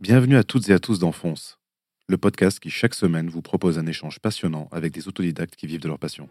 Bienvenue à toutes et à tous dans Fonce, le podcast qui chaque semaine vous propose un échange passionnant avec des autodidactes qui vivent de leur passion.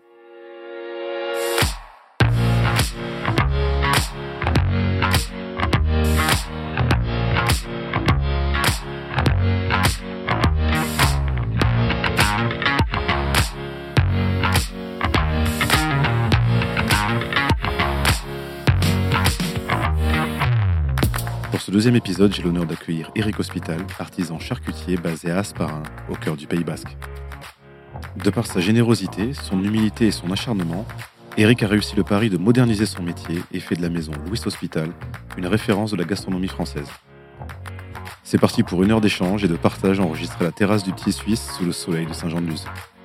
Pour ce deuxième épisode, j'ai l'honneur d'accueillir Eric Hospital, artisan charcutier basé à Hasparren, au cœur du Pays Basque. De par sa générosité, son humilité et son acharnement, Eric a réussi le pari de moderniser son métier et fait de la maison Louis Hospital une référence de la gastronomie française. C'est parti pour une heure d'échange et de partage enregistré à la terrasse du Petit Suisse sous le soleil de Saint-Jean-de-Luz.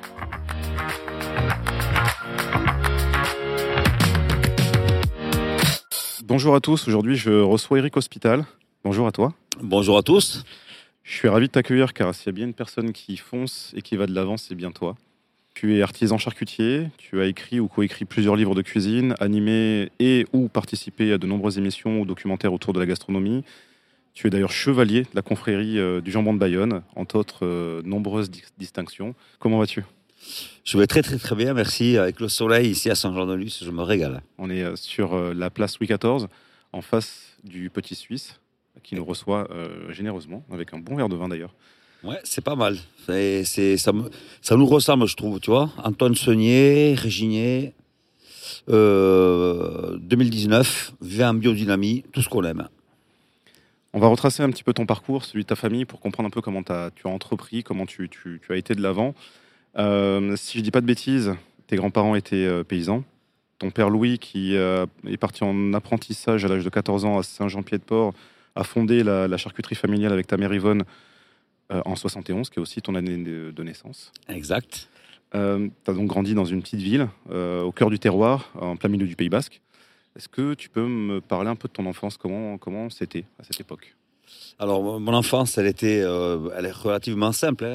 Bonjour à tous, aujourd'hui je reçois Eric Hospital. Bonjour à toi. Bonjour à tous. Je suis ravi de t'accueillir car s'il y a bien une personne qui fonce et qui va de l'avant, c'est bien toi. Tu es artisan charcutier, tu as écrit ou coécrit plusieurs livres de cuisine, animé et ou participé à de nombreuses émissions ou documentaires autour de la gastronomie. Tu es d'ailleurs chevalier de la confrérie du jambon de Bayonne, entre autres nombreuses distinctions. Comment vas-tu ? Je vais très bien, merci. Avec le soleil ici à Saint-Jean-de-Luz, je me régale. On est sur la place Louis XIV, en face du Petit Suisse, qui nous reçoit généreusement, avec un bon verre de vin d'ailleurs. Ouais, c'est pas mal. Ça nous ressemble, je trouve, tu vois. Antoine Seigné, Réginier, 2019, vin en biodynamie, tout ce qu'on aime. On va retracer un petit peu ton parcours, celui de ta famille, pour comprendre un peu comment tu as entrepris, comment tu as été de l'avant. Si je dis pas de bêtises, tes grands-parents étaient paysans. Ton père Louis, qui est parti en apprentissage à l'âge de 14 ans à Saint-Jean-Pied-de-Port, a fondé la charcuterie familiale avec ta mère Yvonne en 71, qui est aussi ton année de naissance. Exact. Tu as donc grandi dans une petite ville, au cœur du terroir, en plein milieu du Pays Basque. Est-ce que tu peux me parler un peu de ton enfance, comment c'était à cette époque ? Alors, mon enfance, elle est relativement simple.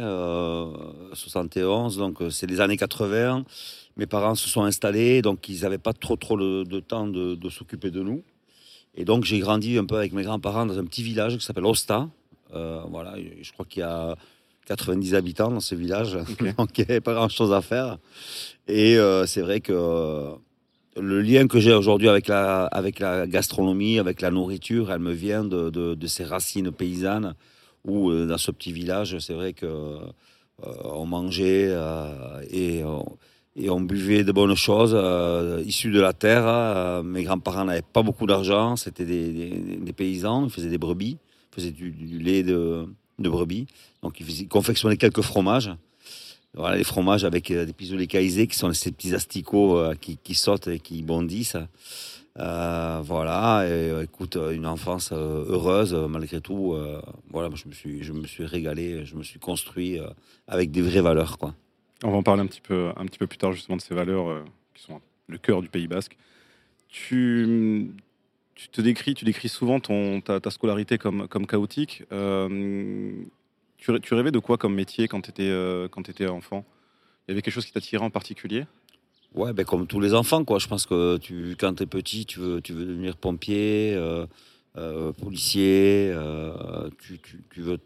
71, donc c'est les années 80. Mes parents se sont installés, donc ils n'avaient pas trop de temps de s'occuper de nous. Et donc, j'ai grandi un peu avec mes grands-parents dans un petit village qui s'appelle Osta. Voilà, je crois qu'il y a 90 habitants dans ce village, okay. Donc il n'y avait pas grand-chose à faire. Et c'est vrai que le lien que j'ai aujourd'hui avec la gastronomie, avec la nourriture, elle me vient de ces racines paysannes où, dans ce petit village, c'est vrai que on mangeait et on buvait de bonnes choses issues de la terre. Mes grands-parents n'avaient pas beaucoup d'argent, c'était des paysans, ils faisaient des brebis, ils faisaient du lait de brebis, donc ils confectionnaient quelques fromages. Voilà, les fromages avec des pissenlits caïsés qui sont ces petits asticots qui sautent et qui bondissent. Voilà, et écoute, une enfance heureuse malgré tout. Voilà, je me suis régalé, je me suis construit avec des vraies valeurs, quoi. On va en parler un petit peu plus tard justement de ces valeurs qui sont le cœur du Pays Basque. Tu décris souvent ta scolarité comme chaotique. Tu rêvais de quoi comme métier quand tu étais enfant ? Il y avait quelque chose qui t'attirait en particulier ? Ouais, ben comme tous les enfants, quoi. Je pense que quand tu es petit, tu veux devenir pompier, policier. Tu veux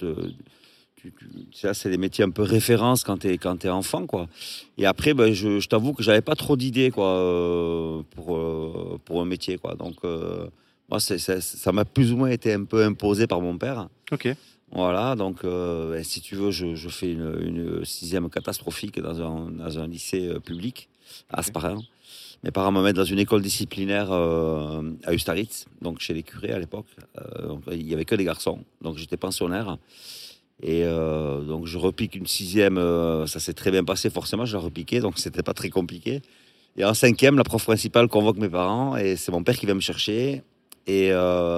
ça, c'est des métiers un peu références quand t'es enfant, quoi. Et après, ben, je t'avoue que j'avais pas trop d'idées, quoi, pour un métier, quoi. Donc, moi, ça m'a plus ou moins été un peu imposé par mon père. Ok. Voilà, donc si tu veux, je fais une sixième catastrophique dans un lycée public à Hasparren. Mes parents me mettent dans une école disciplinaire à Ustaritz, donc chez les curés à l'époque. Donc, il n'y avait que des garçons, donc j'étais pensionnaire. Et donc je repique une sixième, ça s'est très bien passé forcément, je l'ai repiqué, donc c'était pas très compliqué. Et en cinquième, la prof principale convoque mes parents et c'est mon père qui vient me chercher. Et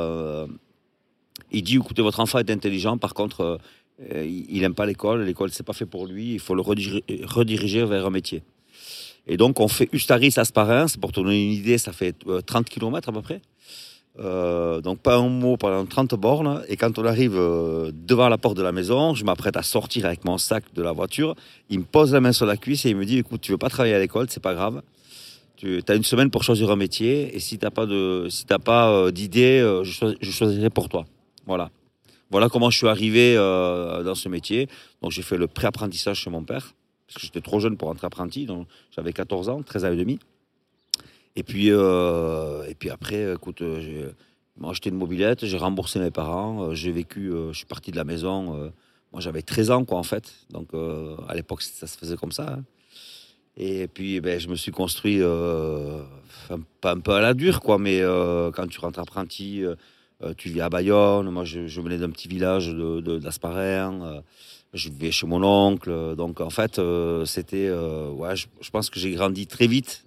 il dit, écoutez, votre enfant est intelligent, par contre, il n'aime pas l'école, c'est pas fait pour lui, il faut le rediriger vers un métier. Et donc, on fait Ustaritz à Hasparren, pour te donner une idée, ça fait 30 km à peu près. Donc, pas un mot pendant 30 bornes. Et quand on arrive devant la porte de la maison, je m'apprête à sortir avec mon sac de la voiture. Il me pose la main sur la cuisse et il me dit, écoute, tu veux pas travailler à l'école, c'est pas grave. Tu as une semaine pour choisir un métier et si t'as pas d'idée, je choisirai pour toi. Voilà. Voilà comment je suis arrivé dans ce métier. Donc j'ai fait le pré-apprentissage chez mon père, parce que j'étais trop jeune pour entrer apprenti, donc j'avais 14 ans, 13 ans et demi. Et puis après, écoute, j'ai acheté une mobilette, j'ai remboursé mes parents, j'ai vécu, je suis parti de la maison. Moi j'avais 13 ans quoi en fait, donc à l'époque ça se faisait comme ça. Hein. Et puis je me suis construit, pas un peu à la dure quoi, mais quand tu rentres apprenti, tu vis à Bayonne. Moi je venais d'un petit village d'Asparin. Je vivais chez mon oncle, donc en fait c'était, je pense que j'ai grandi très vite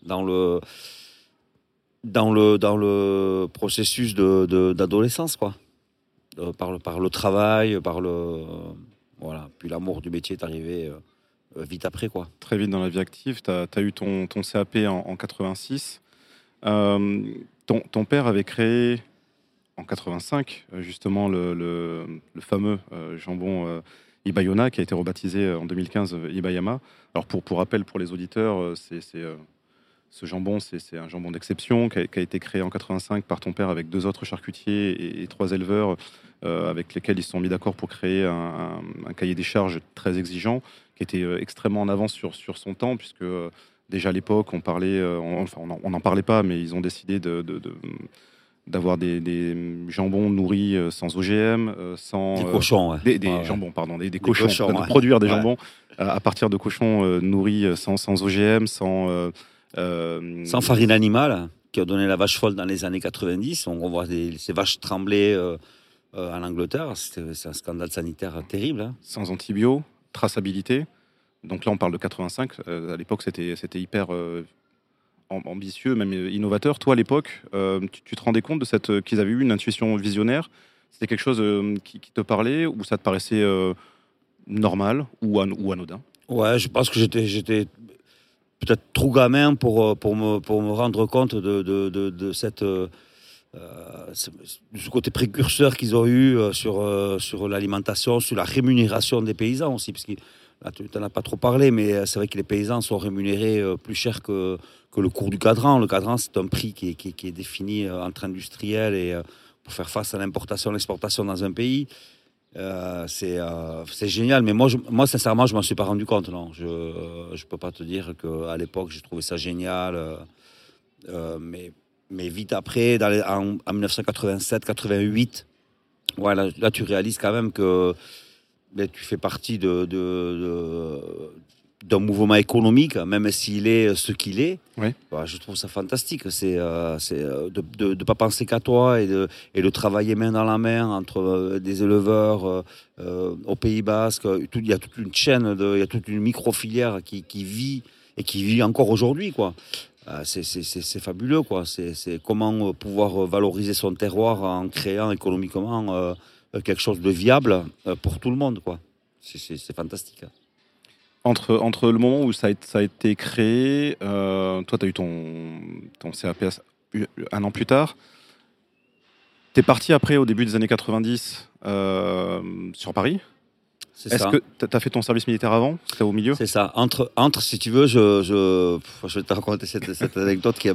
dans le processus d'adolescence quoi. Par le travail, voilà. Puis l'amour du métier est arrivé vite après quoi. Très vite dans la vie active, tu as eu ton CAP en 86. Ton père avait créé en 85 justement le fameux jambon Ibayona, qui a été rebaptisé en 2015 Ibayama. Alors pour rappel pour les auditeurs, ce jambon, c'est un jambon d'exception qui a été créé en 85 par ton père avec 2 autres charcutiers et 3 éleveurs avec lesquels ils se sont mis d'accord pour créer un cahier des charges très exigeant qui était extrêmement en avance sur son temps, puisque déjà à l'époque, on n'en parlait pas, mais ils ont décidé d'avoir des jambons nourris sans OGM, sans... Des cochons, ouais. Des jambons, pardon, des cochons. De produire des jambons à partir de cochons nourris sans OGM, sans farine animale, qui a donné la vache folle dans les années 90. On voit ces vaches trembler en Angleterre. C'est un scandale sanitaire terrible. Hein. Sans antibio, traçabilité. Donc là, on parle de 85. À l'époque, c'était hyper ambitieux, même innovateur. Toi, à l'époque, tu te rendais compte qu'ils avaient eu une intuition visionnaire? C'était quelque chose qui te parlait, ou ça te paraissait normal ou anodin? Ouais, je pense que j'étais peut-être trop gamin pour me rendre compte de ce côté précurseur qu'ils ont eu sur l'alimentation, sur la rémunération des paysans aussi, parce que là, tu n'en as pas trop parlé, mais c'est vrai que les paysans sont rémunérés plus cher que le cours du cadran. Le cadran, c'est un prix qui est défini entre industriels et pour faire face à l'importation et l'exportation dans un pays. C'est génial, mais moi sincèrement je m'en suis pas rendu compte, non. Je peux pas te dire qu'à l'époque j'ai trouvé ça génial, mais vite après en 1987-88, ouais, là tu réalises quand même que tu fais partie d'un mouvement économique, même s'il est ce qu'il est. Oui. Bah, je trouve ça fantastique. C'est de pas penser qu'à toi et de travailler main dans la main entre des éleveurs au Pays Basque. Il y a toute une chaîne, il y a toute une micro-filière qui vit et qui vit encore aujourd'hui, quoi. C'est fabuleux, quoi. C'est comment pouvoir valoriser son terroir en créant économiquement quelque chose de viable pour tout le monde, quoi. C'est fantastique. Entre le moment où ça a été créé, toi, tu as eu ton CAP un an plus tard. Tu es parti après, au début des années 90, sur Paris. Est-ce que tu as fait ton service militaire avant? C'était au milieu? C'est ça. Entre, si tu veux, je vais te raconter cette anecdote qui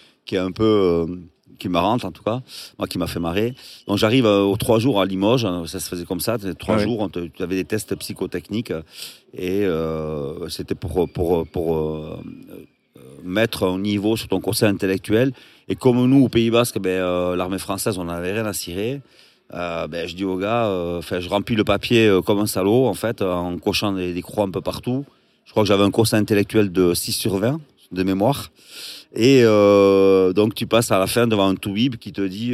est marrante en tout cas, moi qui m'a fait marrer. Donc j'arrive aux 3 jours à Limoges, ça se faisait comme ça, 3 jours, tu avais des tests psychotechniques et c'était pour mettre un niveau sur ton conseil intellectuel. Et comme nous au Pays Basque, l'armée française, on n'avait rien à cirer. Je dis aux gars, je remplis le papier comme un salaud en fait, en cochant des croix un peu partout. Je crois que j'avais un conseil intellectuel de 6 sur 20 de mémoire. Et donc tu passes à la fin devant un toubib qui te dit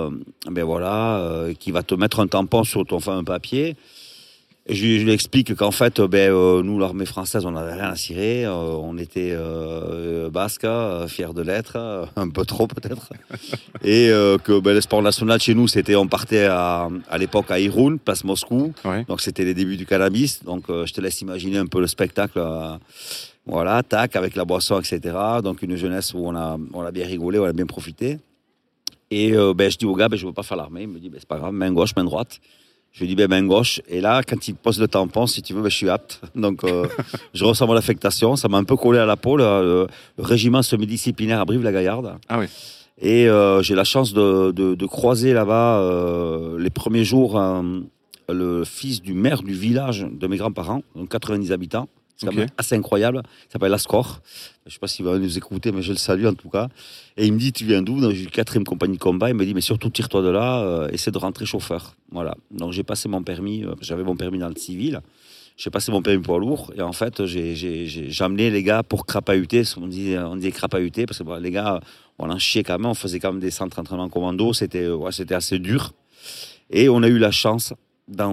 qui va te mettre un tampon sur ton fameux papier. Et je lui explique qu'en fait nous l'armée française on n'avait rien à cirer, on était basque, fiers de l'être, un peu trop peut-être. Et que le sport national chez nous c'était, on partait à l'époque à Irun, place Moscou. Ouais. Donc c'était les débuts du cannabis. Donc je te laisse imaginer un peu le spectacle. Voilà, tac, avec la boisson, etc. Donc une jeunesse où on a bien rigolé, on a bien profité. Et je dis au gars, je ne veux pas faire l'armée. Il me dit, c'est pas grave, main gauche, main droite. Je lui dis, main gauche. Et là, quand il pose le tampon, si tu veux, je suis apte. Donc je ressens mon affectation. Ça m'a un peu collé à la peau. Le régiment semi-disciplinaire à Brive-la-Gaillarde. Ah oui. Et j'ai la chance de croiser là-bas les premiers jours le fils du maire du village de mes grands-parents, donc 90 habitants. C'est quand Ok. même assez incroyable. Il s'appelle Lascor. Je ne sais pas s'il va nous écouter, mais je le salue en tout cas. Et il me dit, tu viens d'où? Donc, j'ai eu 4e compagnie de combat. Il me dit, mais surtout, tire-toi de là, essaie de rentrer chauffeur. Voilà. Donc, j'ai passé mon permis. J'avais mon permis dans le civil. J'ai passé mon permis poids lourd. Et en fait, j'ai amené les gars pour crapahuter. On disait crapahuter parce que bon, les gars, on en chiait quand même. On faisait quand même des centres d'entraînement commando. C'était assez dur. Et on a eu la chance, dans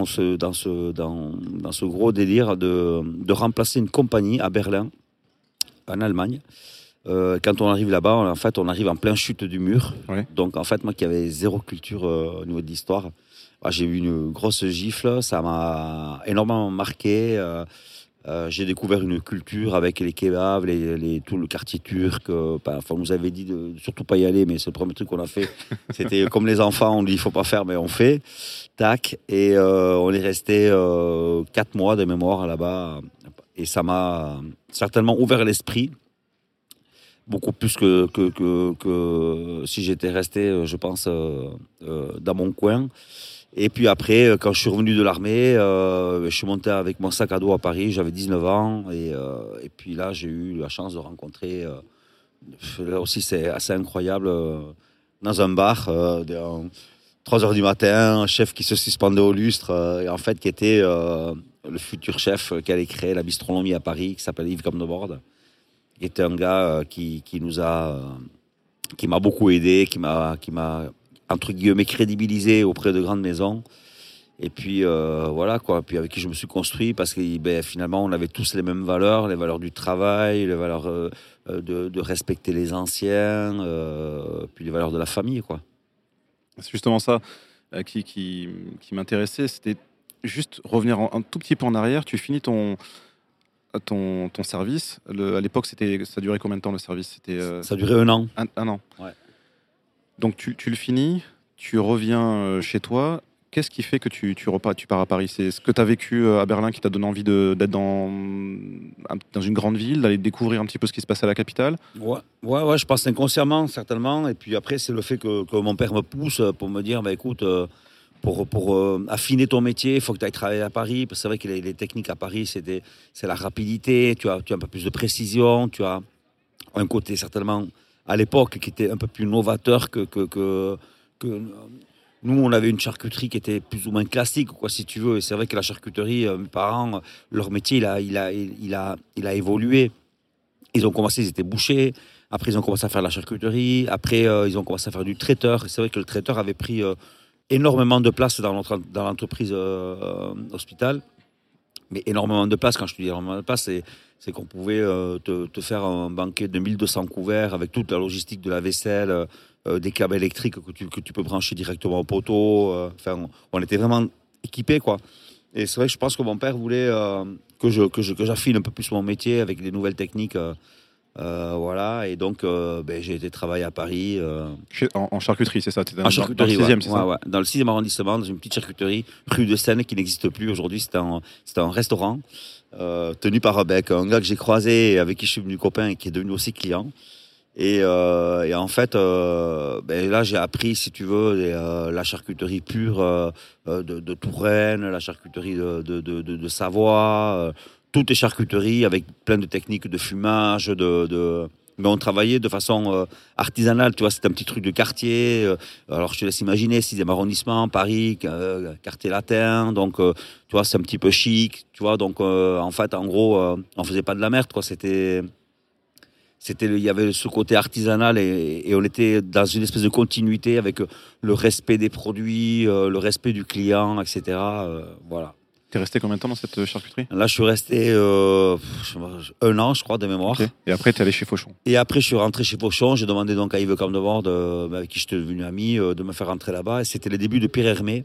ce gros délire, de remplacer une compagnie à Berlin, en Allemagne. Quand on arrive là-bas, en fait, on arrive en plein chute du mur. Ouais. Donc, en fait, moi qui avais zéro culture au niveau de l'histoire, j'ai eu une grosse gifle. Ça m'a énormément marqué. J'ai découvert une culture avec les kebabs, tout le quartier turc. On nous avait dit de surtout pas y aller, mais c'est le premier truc qu'on a fait. C'était comme les enfants, on dit il faut pas faire, mais on fait. Tac. Et on est resté 4 mois de mémoire là-bas. Et ça m'a certainement ouvert l'esprit. Beaucoup plus que si j'étais resté, je pense, dans mon coin. Et puis après, quand je suis revenu de l'armée, je suis monté avec mon sac à dos à Paris, j'avais 19 ans. Et puis là, j'ai eu la chance de rencontrer, là aussi c'est assez incroyable, dans un bar, 3 heures du matin, un chef qui se suspendait au lustre, et en fait qui était le futur chef qui allait créer la bistronomie à Paris, qui s'appelle Yves Comdebord, qui était un gars qui m'a beaucoup aidé, qui m'a entre guillemets crédibilisé auprès de grandes maisons. Et puis voilà quoi, puis avec qui je me suis construit parce que finalement on avait tous les mêmes valeurs, les valeurs du travail, les valeurs de respecter les anciens, puis les valeurs de la famille quoi. C'est justement ça qui m'intéressait. C'était juste revenir un tout petit peu en arrière. Tu finis ton service. À l'époque, ça durait combien de temps le service? C'était Ça a duré 1 an. un an. Ouais. Donc tu le finis, tu reviens chez toi. Qu'est-ce qui fait que tu pars à Paris? C'est ce que tu as vécu à Berlin qui t'a donné envie d'être dans une grande ville, d'aller découvrir un petit peu ce qui se passe à la capitale? Ouais, je pense inconsciemment, certainement. Et puis après, c'est le fait que mon père me pousse pour me dire, écoute, pour affiner ton métier, il faut que tu ailles travailler à Paris. Parce que c'est vrai que les techniques à Paris, c'est la rapidité, tu as un peu plus de précision, tu as un côté certainement, à l'époque, qui était un peu plus novateur que nous, on avait une charcuterie qui était plus ou moins classique, quoi, si tu veux. Et c'est vrai que la charcuterie, mes parents, leur métier, il a évolué. Ils ont commencé, ils étaient bouchers. Après, ils ont commencé à faire de la charcuterie. Après, ils ont commencé à faire du traiteur. Et c'est vrai que le traiteur avait pris énormément de place dans l'entreprise Hospital. Mais énormément de place. Quand je te dis énormément de place, c'est qu'on pouvait te faire un banquet de 1200 couverts avec toute la logistique de la vaisselle, des câbles électriques que tu peux brancher directement au poteau. On était vraiment équipés, quoi. Et c'est vrai que je pense que mon père voulait que j'affine un peu plus mon métier avec des nouvelles techniques. Voilà. Et donc, j'ai été travailler à Paris. En charcuterie, c'est ça? En charcuterie, dans le 6e, c'est ça? ouais. Dans le 6e arrondissement, dans une petite charcuterie, rue de Seine, qui n'existe plus aujourd'hui. C'était un restaurant tenu par un gars que j'ai croisé, avec qui je suis devenu copain et qui est devenu aussi client. Et en fait, là, j'ai appris, si tu veux, la charcuterie pure de Touraine, la charcuterie de Savoie, toutes les charcuteries avec plein de techniques de fumage, mais on travaillait de façon artisanale, tu vois, c'était un petit truc de quartier. Alors, je te laisse imaginer, 6e arrondissement, Paris, quartier latin, donc, tu vois, c'est un petit peu chic, tu vois, donc, en fait, en gros, on faisait pas de la merde, quoi, il y avait ce côté artisanal et on était dans une espèce de continuité avec le respect des produits, le respect du client, etc. Voilà. T'es resté combien de temps dans cette charcuterie? Là, je suis resté 1 an, je crois, de mémoire. Okay. Et après, t'es allé chez Fauchon? Et après, je suis rentré chez Fauchon. J'ai demandé donc à Yves Comdebord, avec qui j'étais devenu ami, de me faire rentrer là-bas. Et c'était les débuts de Pierre Hermé,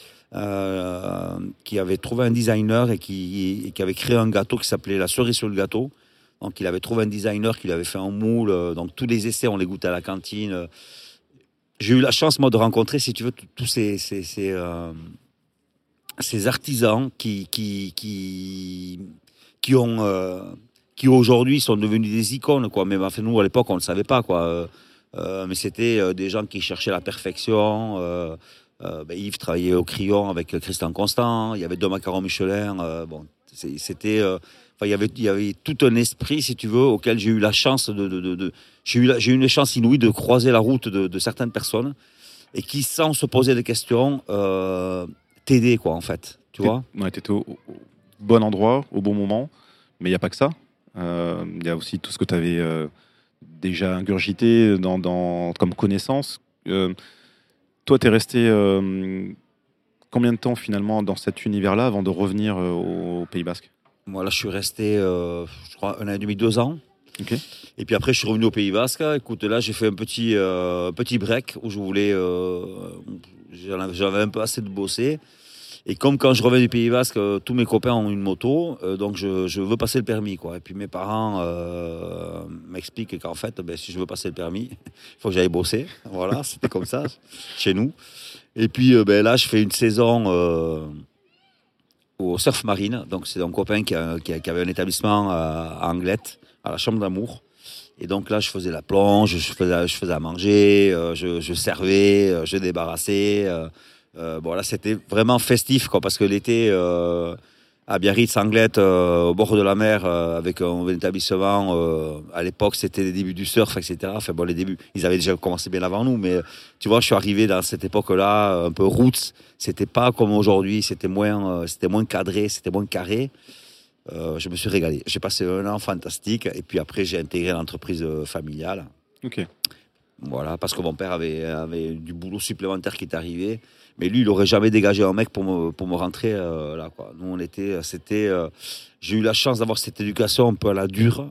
qui avait trouvé un designer et qui avait créé un gâteau qui s'appelait la cerise sur le gâteau. Donc, il avait trouvé un designer qui lui avait fait un moule. Donc, tous les essais, on les goûtait à la cantine. J'ai eu la chance, moi, de rencontrer, si tu veux, tous ces artisans qui aujourd'hui sont devenus des icônes, quoi. Mais enfin, nous, à l'époque, on ne le savait pas, quoi. Mais c'était des gens qui cherchaient la perfection. Yves travaillait au Crillon avec Christian Constant. Il y avait deux macarons Michelin. C'était... il y avait tout un esprit, si tu veux, auquel j'ai eu la chance j'ai eu une chance inouïe de croiser la route de certaines personnes et qui, sans se poser des questions, t'aidaient, quoi, en fait. Tu vois ? Ouais, t'étais au bon endroit, au bon moment, mais il n'y a pas que ça. Il y a aussi tout ce que tu avais déjà ingurgité comme connaissance. Toi, tu es resté combien de temps finalement dans cet univers-là avant de revenir au Pays Basque ? Moi, là, je suis resté, je crois, 1 an et demi, 2 ans. Okay. Et puis après, je suis revenu au Pays Basque. Écoute, là, j'ai fait un petit break où je voulais... j'avais un peu assez de bosser. Et comme quand je reviens du Pays Basque, tous mes copains ont une moto, donc je veux passer le permis, quoi. Et puis mes parents m'expliquent qu'en fait, si je veux passer le permis, il faut que j'aille bosser. Voilà, c'était comme ça, chez nous. Et puis là, je fais une saison au Surf Marine. Donc c'est un copain qui avait un établissement à Anglette, à la Chambre d'Amour. Et donc là, je faisais la plonge, je faisais à manger, je servais, je débarrassais. Là, c'était vraiment festif, quoi, parce que l'été, à Biarritz, Anglette, au bord de la mer, avec un établissement, à l'époque, c'était les débuts du surf, etc. Enfin, les débuts, ils avaient déjà commencé bien avant nous, mais tu vois, je suis arrivé dans cette époque-là, un peu roots. C'était pas comme aujourd'hui, c'était moins cadré, c'était moins carré. Je me suis régalé. J'ai passé un an fantastique, et puis après, j'ai intégré l'entreprise familiale. Ok. Voilà, parce que mon père avait du boulot supplémentaire qui est arrivé. Mais lui, il n'aurait jamais dégagé un mec pour me rentrer là, quoi. Nous, j'ai eu la chance d'avoir cette éducation un peu à la dure,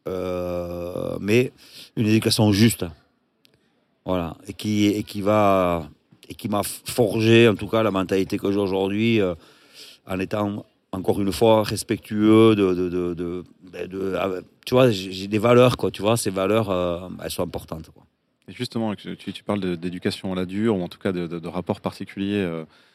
mais une éducation juste. Voilà. Et qui m'a forgé, en tout cas, la mentalité que j'ai aujourd'hui, en étant, encore une fois, respectueux tu vois, j'ai des valeurs, quoi. Tu vois, ces valeurs, elles sont importantes, quoi. Et justement, tu parles d'éducation à la dure, ou en tout cas de rapport particulier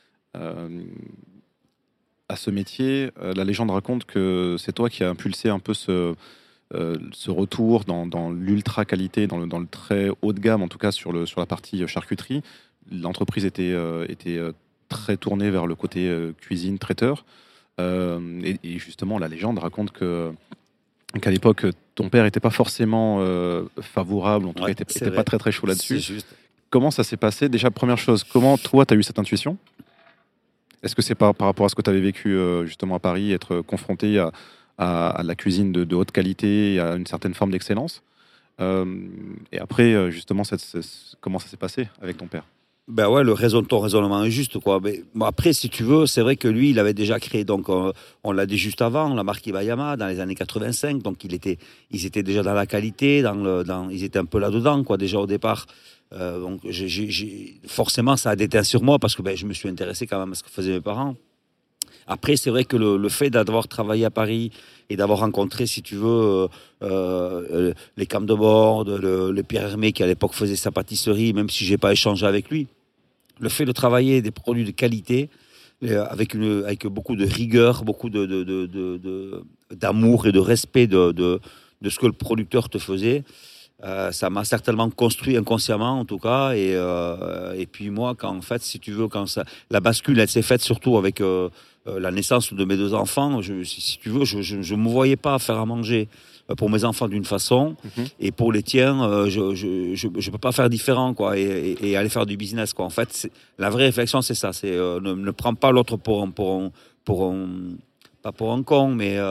à ce métier. La légende raconte que c'est toi qui as impulsé un peu ce retour dans l'ultra qualité, dans le très haut de gamme, en tout cas sur la partie charcuterie. L'entreprise était très tournée vers le côté cuisine, traiteur. Et justement, la légende raconte qu'à l'époque, ton père n'était pas forcément favorable, en tout cas, n'était pas très très chaud là-dessus. Comment ça s'est passé ? Déjà, première chose, comment toi, tu as eu cette intuition ? Est-ce que c'est par rapport à ce que tu avais vécu justement à Paris, être confronté à la cuisine de haute qualité, à une certaine forme d'excellence ? Et après, justement, comment ça s'est passé avec ton père ? Ben ouais, ton raisonnement est juste, quoi. Mais, après, si tu veux, c'est vrai que lui, il avait déjà créé, donc on l'a dit juste avant, la marque Ibayama dans les années 85. Donc ils étaient déjà dans la qualité, ils étaient un peu là-dedans, quoi, déjà au départ. Donc forcément, ça a déteint sur moi parce que je me suis intéressé quand même à ce que faisaient mes parents. Après, c'est vrai que le fait d'avoir travaillé à Paris et d'avoir rencontré, si tu veux, les Camps de Borde, le Pierre Hermé qui à l'époque faisait sa pâtisserie, même si j'ai pas échangé avec lui, le fait de travailler des produits de qualité, avec beaucoup de rigueur, beaucoup d'amour et de respect de ce que le producteur te faisait, ça m'a certainement construit inconsciemment en tout cas. Et puis moi, quand si tu veux, la bascule, elle s'est faite surtout avec la naissance de mes 2 enfants. Si tu veux, je me voyais pas faire à manger pour mes enfants d'une façon, et pour les tiens, je peux pas faire différent, quoi, et aller faire du business, quoi. En fait, la vraie réflexion, c'est ça, c'est ne prends pas l'autre pas pour un con, mais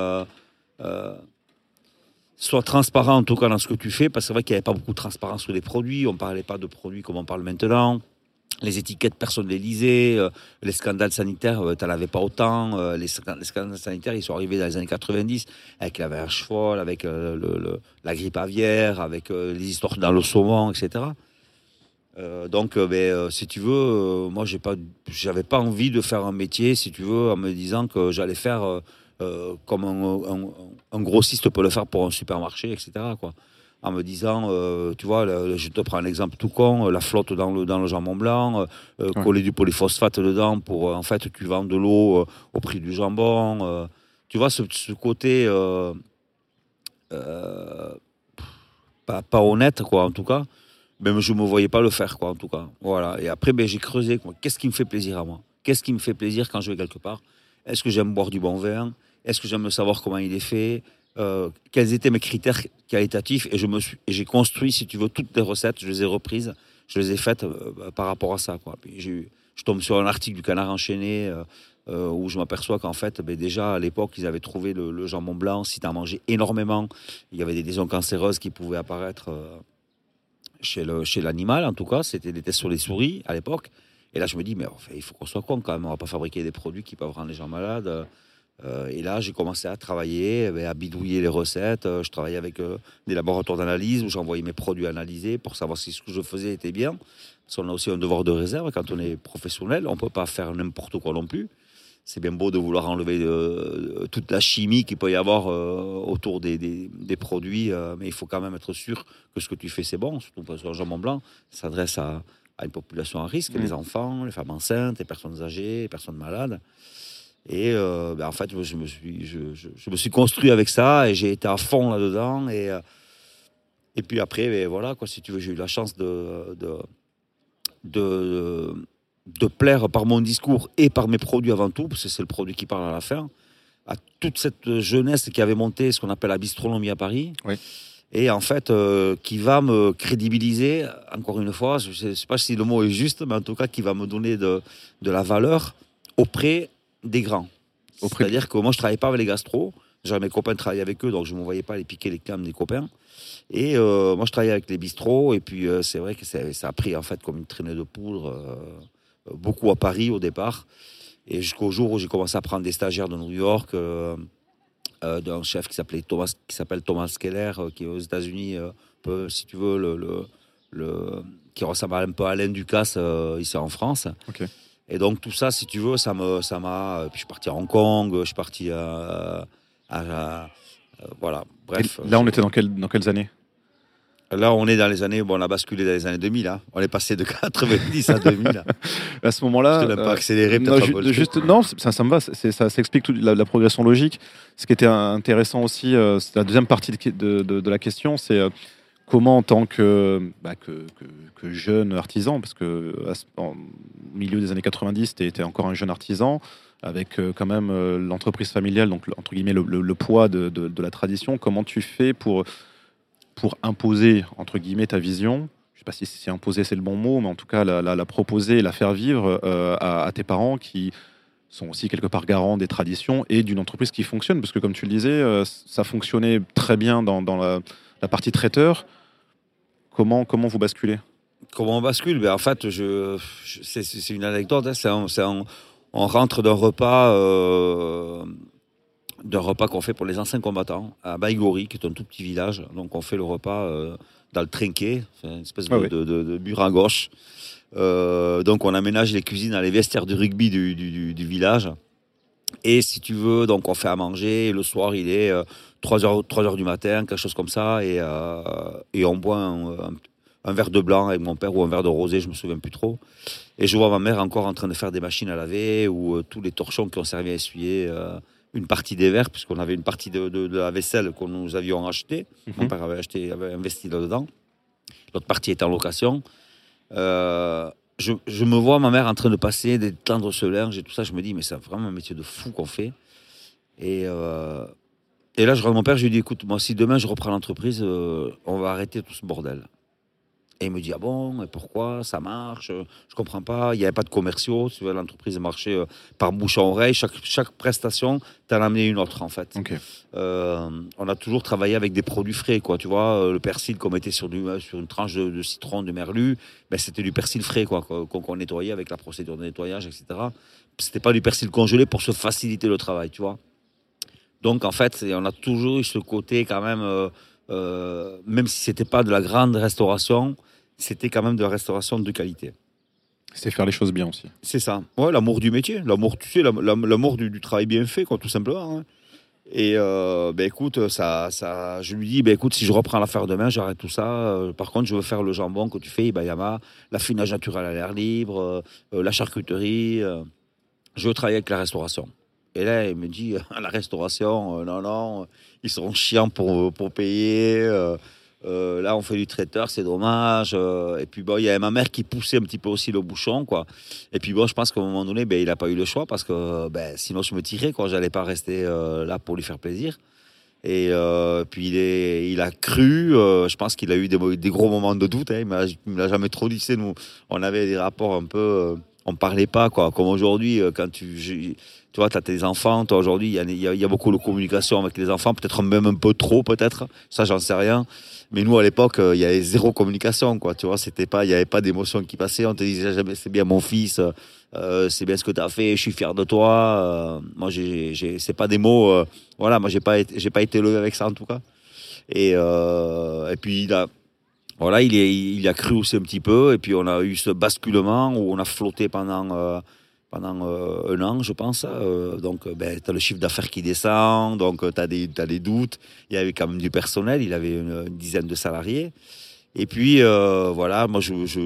sois transparent en tout cas dans ce que tu fais, parce que c'est vrai qu'il n'y avait pas beaucoup de transparence sur les produits, on parlait pas de produits comme on parle maintenant. Les étiquettes, personne ne les lisait. Les scandales sanitaires, tu n'en avais pas autant. Les scandales sanitaires, ils sont arrivés dans les années 90 avec la vache folle, avec la grippe aviaire, avec les histoires dans le saumon, etc. Donc, si tu veux, moi, j'avais pas envie de faire un métier, si tu veux, en me disant que j'allais faire comme un grossiste peut le faire pour un supermarché, etc., quoi. En me disant, tu vois, je te prends un exemple tout con, la flotte dans le jambon blanc, coller du polyphosphate dedans pour, en fait, tu vends de l'eau au prix du jambon. Tu vois, ce côté pas honnête, quoi, en tout cas. Même je ne me voyais pas le faire, quoi, en tout cas. Voilà. Et après, j'ai creusé, quoi. Qu'est-ce qui me fait plaisir à moi? Qu'est-ce qui me fait plaisir quand je vais quelque part? Est-ce que j'aime boire du bon vin? Est-ce que j'aime savoir comment il est fait? Quels étaient mes critères qualitatifs? Et j'ai construit, si tu veux, toutes les recettes. Je les ai reprises. Je les ai faites par rapport à ça, quoi. Puis je tombe sur un article du Canard enchaîné où je m'aperçois qu'en fait, déjà à l'époque, ils avaient trouvé le jambon blanc. Si tu en mangeais énormément, il y avait des lésions cancéreuses qui pouvaient apparaître chez l'animal, en tout cas. C'était des tests sur les souris à l'époque. Et là, je me dis, mais enfin, il faut qu'on soit con quand même. On ne va pas fabriquer des produits qui peuvent rendre les gens malades. Et là, j'ai commencé à travailler, à bidouiller les recettes. Je travaillais avec des laboratoires d'analyse où j'envoyais mes produits analysés pour savoir si ce que je faisais était bien. Parce qu'on a aussi un devoir de réserve quand on est professionnel. On ne peut pas faire n'importe quoi non plus. C'est bien beau de vouloir enlever toute la chimie qu'il peut y avoir autour des produits, mais il faut quand même être sûr que ce que tu fais, c'est bon. Surtout parce que le jambon blanc s'adresse à une population à risque, les enfants, les femmes enceintes, les personnes âgées, les personnes malades. Et en fait, je me suis construit avec ça et j'ai été à fond là-dedans. Et puis après, voilà, quoi, si tu veux, j'ai eu la chance de plaire par mon discours et par mes produits avant tout, parce que c'est le produit qui parle à la fin, à toute cette jeunesse qui avait monté ce qu'on appelle la bistronomie à Paris. Oui. Et en fait, qui va me crédibiliser, encore une fois, je ne sais pas si le mot est juste, mais en tout cas, qui va me donner de la valeur auprès des grands. C'est-à-dire que moi, je ne travaillais pas avec les gastros. J'avais mes copains travailler avec eux, donc je ne me voyais pas les piquer les clames des copains. Et moi, je travaillais avec les bistrots. Et puis, c'est vrai que ça a pris en fait comme une traînée de poudre, beaucoup à Paris au départ. Et jusqu'au jour où j'ai commencé à prendre des stagiaires de New York, d'un chef qui s'appelle Thomas Keller, qui est aux États-Unis, si tu veux, qui ressemble un peu à Alain Ducasse ici en France. Okay. Et donc tout ça, si tu veux, ça m'a. Puis je suis parti à Hong Kong, je suis parti voilà. Bref. Et là, on était dans quelles années? Là, on est dans les années. Bon, on a basculé dans les années 2000. Hein. On est passé de 90 à 2000. À ce moment-là. Je ne l'ai pas accéléré, peut-être. Non, ça me va. Ça explique toute la progression logique. Ce qui était intéressant aussi, c'est la deuxième partie de la question, c'est comment, en tant que jeune artisan, parce que au milieu des années 90, tu étais encore un jeune artisan, avec quand même l'entreprise familiale, donc entre guillemets le poids de la tradition, comment tu fais pour imposer, entre guillemets, ta vision? Je ne sais pas si imposer c'est le bon mot, mais en tout cas la proposer, la faire vivre à tes parents qui sont aussi quelque part garants des traditions et d'une entreprise qui fonctionne, parce que comme tu le disais, ça fonctionnait très bien dans la partie traiteur. Comment vous basculez? Comment on bascule? En fait, c'est une anecdote. Hein. On rentre d'un repas qu'on fait pour les anciens combattants à Baïgori, qui est un tout petit village. Donc on fait le repas dans le trinquet, une espèce de mur à gauche. Donc on aménage les cuisines dans les vestiaires de rugby du village. Et si tu veux, donc on fait à manger. Et le soir, il est 3h du matin, quelque chose comme ça. Et on boit un verre de blanc avec mon père ou un verre de rosé, je ne me souviens plus trop. Et je vois ma mère encore en train de faire des machines à laver ou tous les torchons qui ont servi à essuyer une partie des verres, puisqu'on avait une partie de la vaisselle que nous avions achetée. Mon père avait investi là-dedans. L'autre partie était en location. Je me vois ma mère en train de passer, d'étendre ce linge et tout ça. Je me dis, mais c'est vraiment un métier de fou qu'on fait. Et là, je regarde mon père, je lui dis, écoute, moi, si demain je reprends l'entreprise, on va arrêter tout ce bordel. Et il me dit, ah bon, mais pourquoi? Ça marche, je comprends pas. Il n'y avait pas de commerciaux. Tu vois, l'entreprise marchait par bouche à oreille. Chaque prestation, t'en as amené une autre, en fait. Okay. On a toujours travaillé avec des produits frais, quoi. Tu vois, le persil qu'on mettait sur une tranche de citron, de merlu, c'était du persil frais, quoi, qu'on nettoyait avec la procédure de nettoyage, etc. C'était pas du persil congelé pour se faciliter le travail, tu vois. Donc, en fait, on a toujours eu ce côté, quand même si c'était pas de la grande restauration, c'était quand même de la restauration de qualité. C'est faire les choses bien aussi. C'est ça. Ouais, l'amour du métier, l'amour, tu sais, l'amour du travail bien fait, quoi, tout simplement. Hein. Et écoute, je lui dis, écoute, si je reprends l'affaire demain, j'arrête tout ça. Par contre, je veux faire le jambon que tu fais, Ibayama, l'affinage naturel à l'air libre, la charcuterie. Je veux travailler avec la restauration. Et là, il me dit, la restauration, non, ils seront chiants pour payer. Là, on fait du traiteur, c'est dommage. Et puis, bon, il y avait ma mère qui poussait un petit peu aussi le bouchon, quoi. Et puis, bon, je pense qu'à un moment donné, il n'a pas eu le choix parce que sinon, je me tirais, quoi. Je n'allais pas rester là pour lui faire plaisir. Et puis, il a cru. Je pense qu'il a eu des gros moments de doute. Hein. Il me l'a jamais trop dit. Nous, on avait des rapports un peu... on ne parlait pas, quoi. Comme aujourd'hui, quand tu vois, tu as tes enfants. Toi, aujourd'hui, il y a beaucoup de communication avec les enfants. Peut-être même un peu trop, peut-être. Ça, j'en sais rien. Mais nous, à l'époque, il y avait zéro communication, quoi. Tu vois, il n'y avait pas d'émotion qui passait. On te disait jamais, c'est bien mon fils, c'est bien ce que tu as fait, je suis fier de toi. Moi, c'est pas des mots, voilà, moi, j'ai pas été élevé avec ça, en tout cas. Et puis, il a cru aussi un petit peu. Et puis, on a eu ce basculement où on a flotté pendant un an, je pense. Donc, tu as le chiffre d'affaires qui descend, donc tu as des doutes. Il y avait quand même du personnel, il avait une dizaine de salariés. Et puis, moi,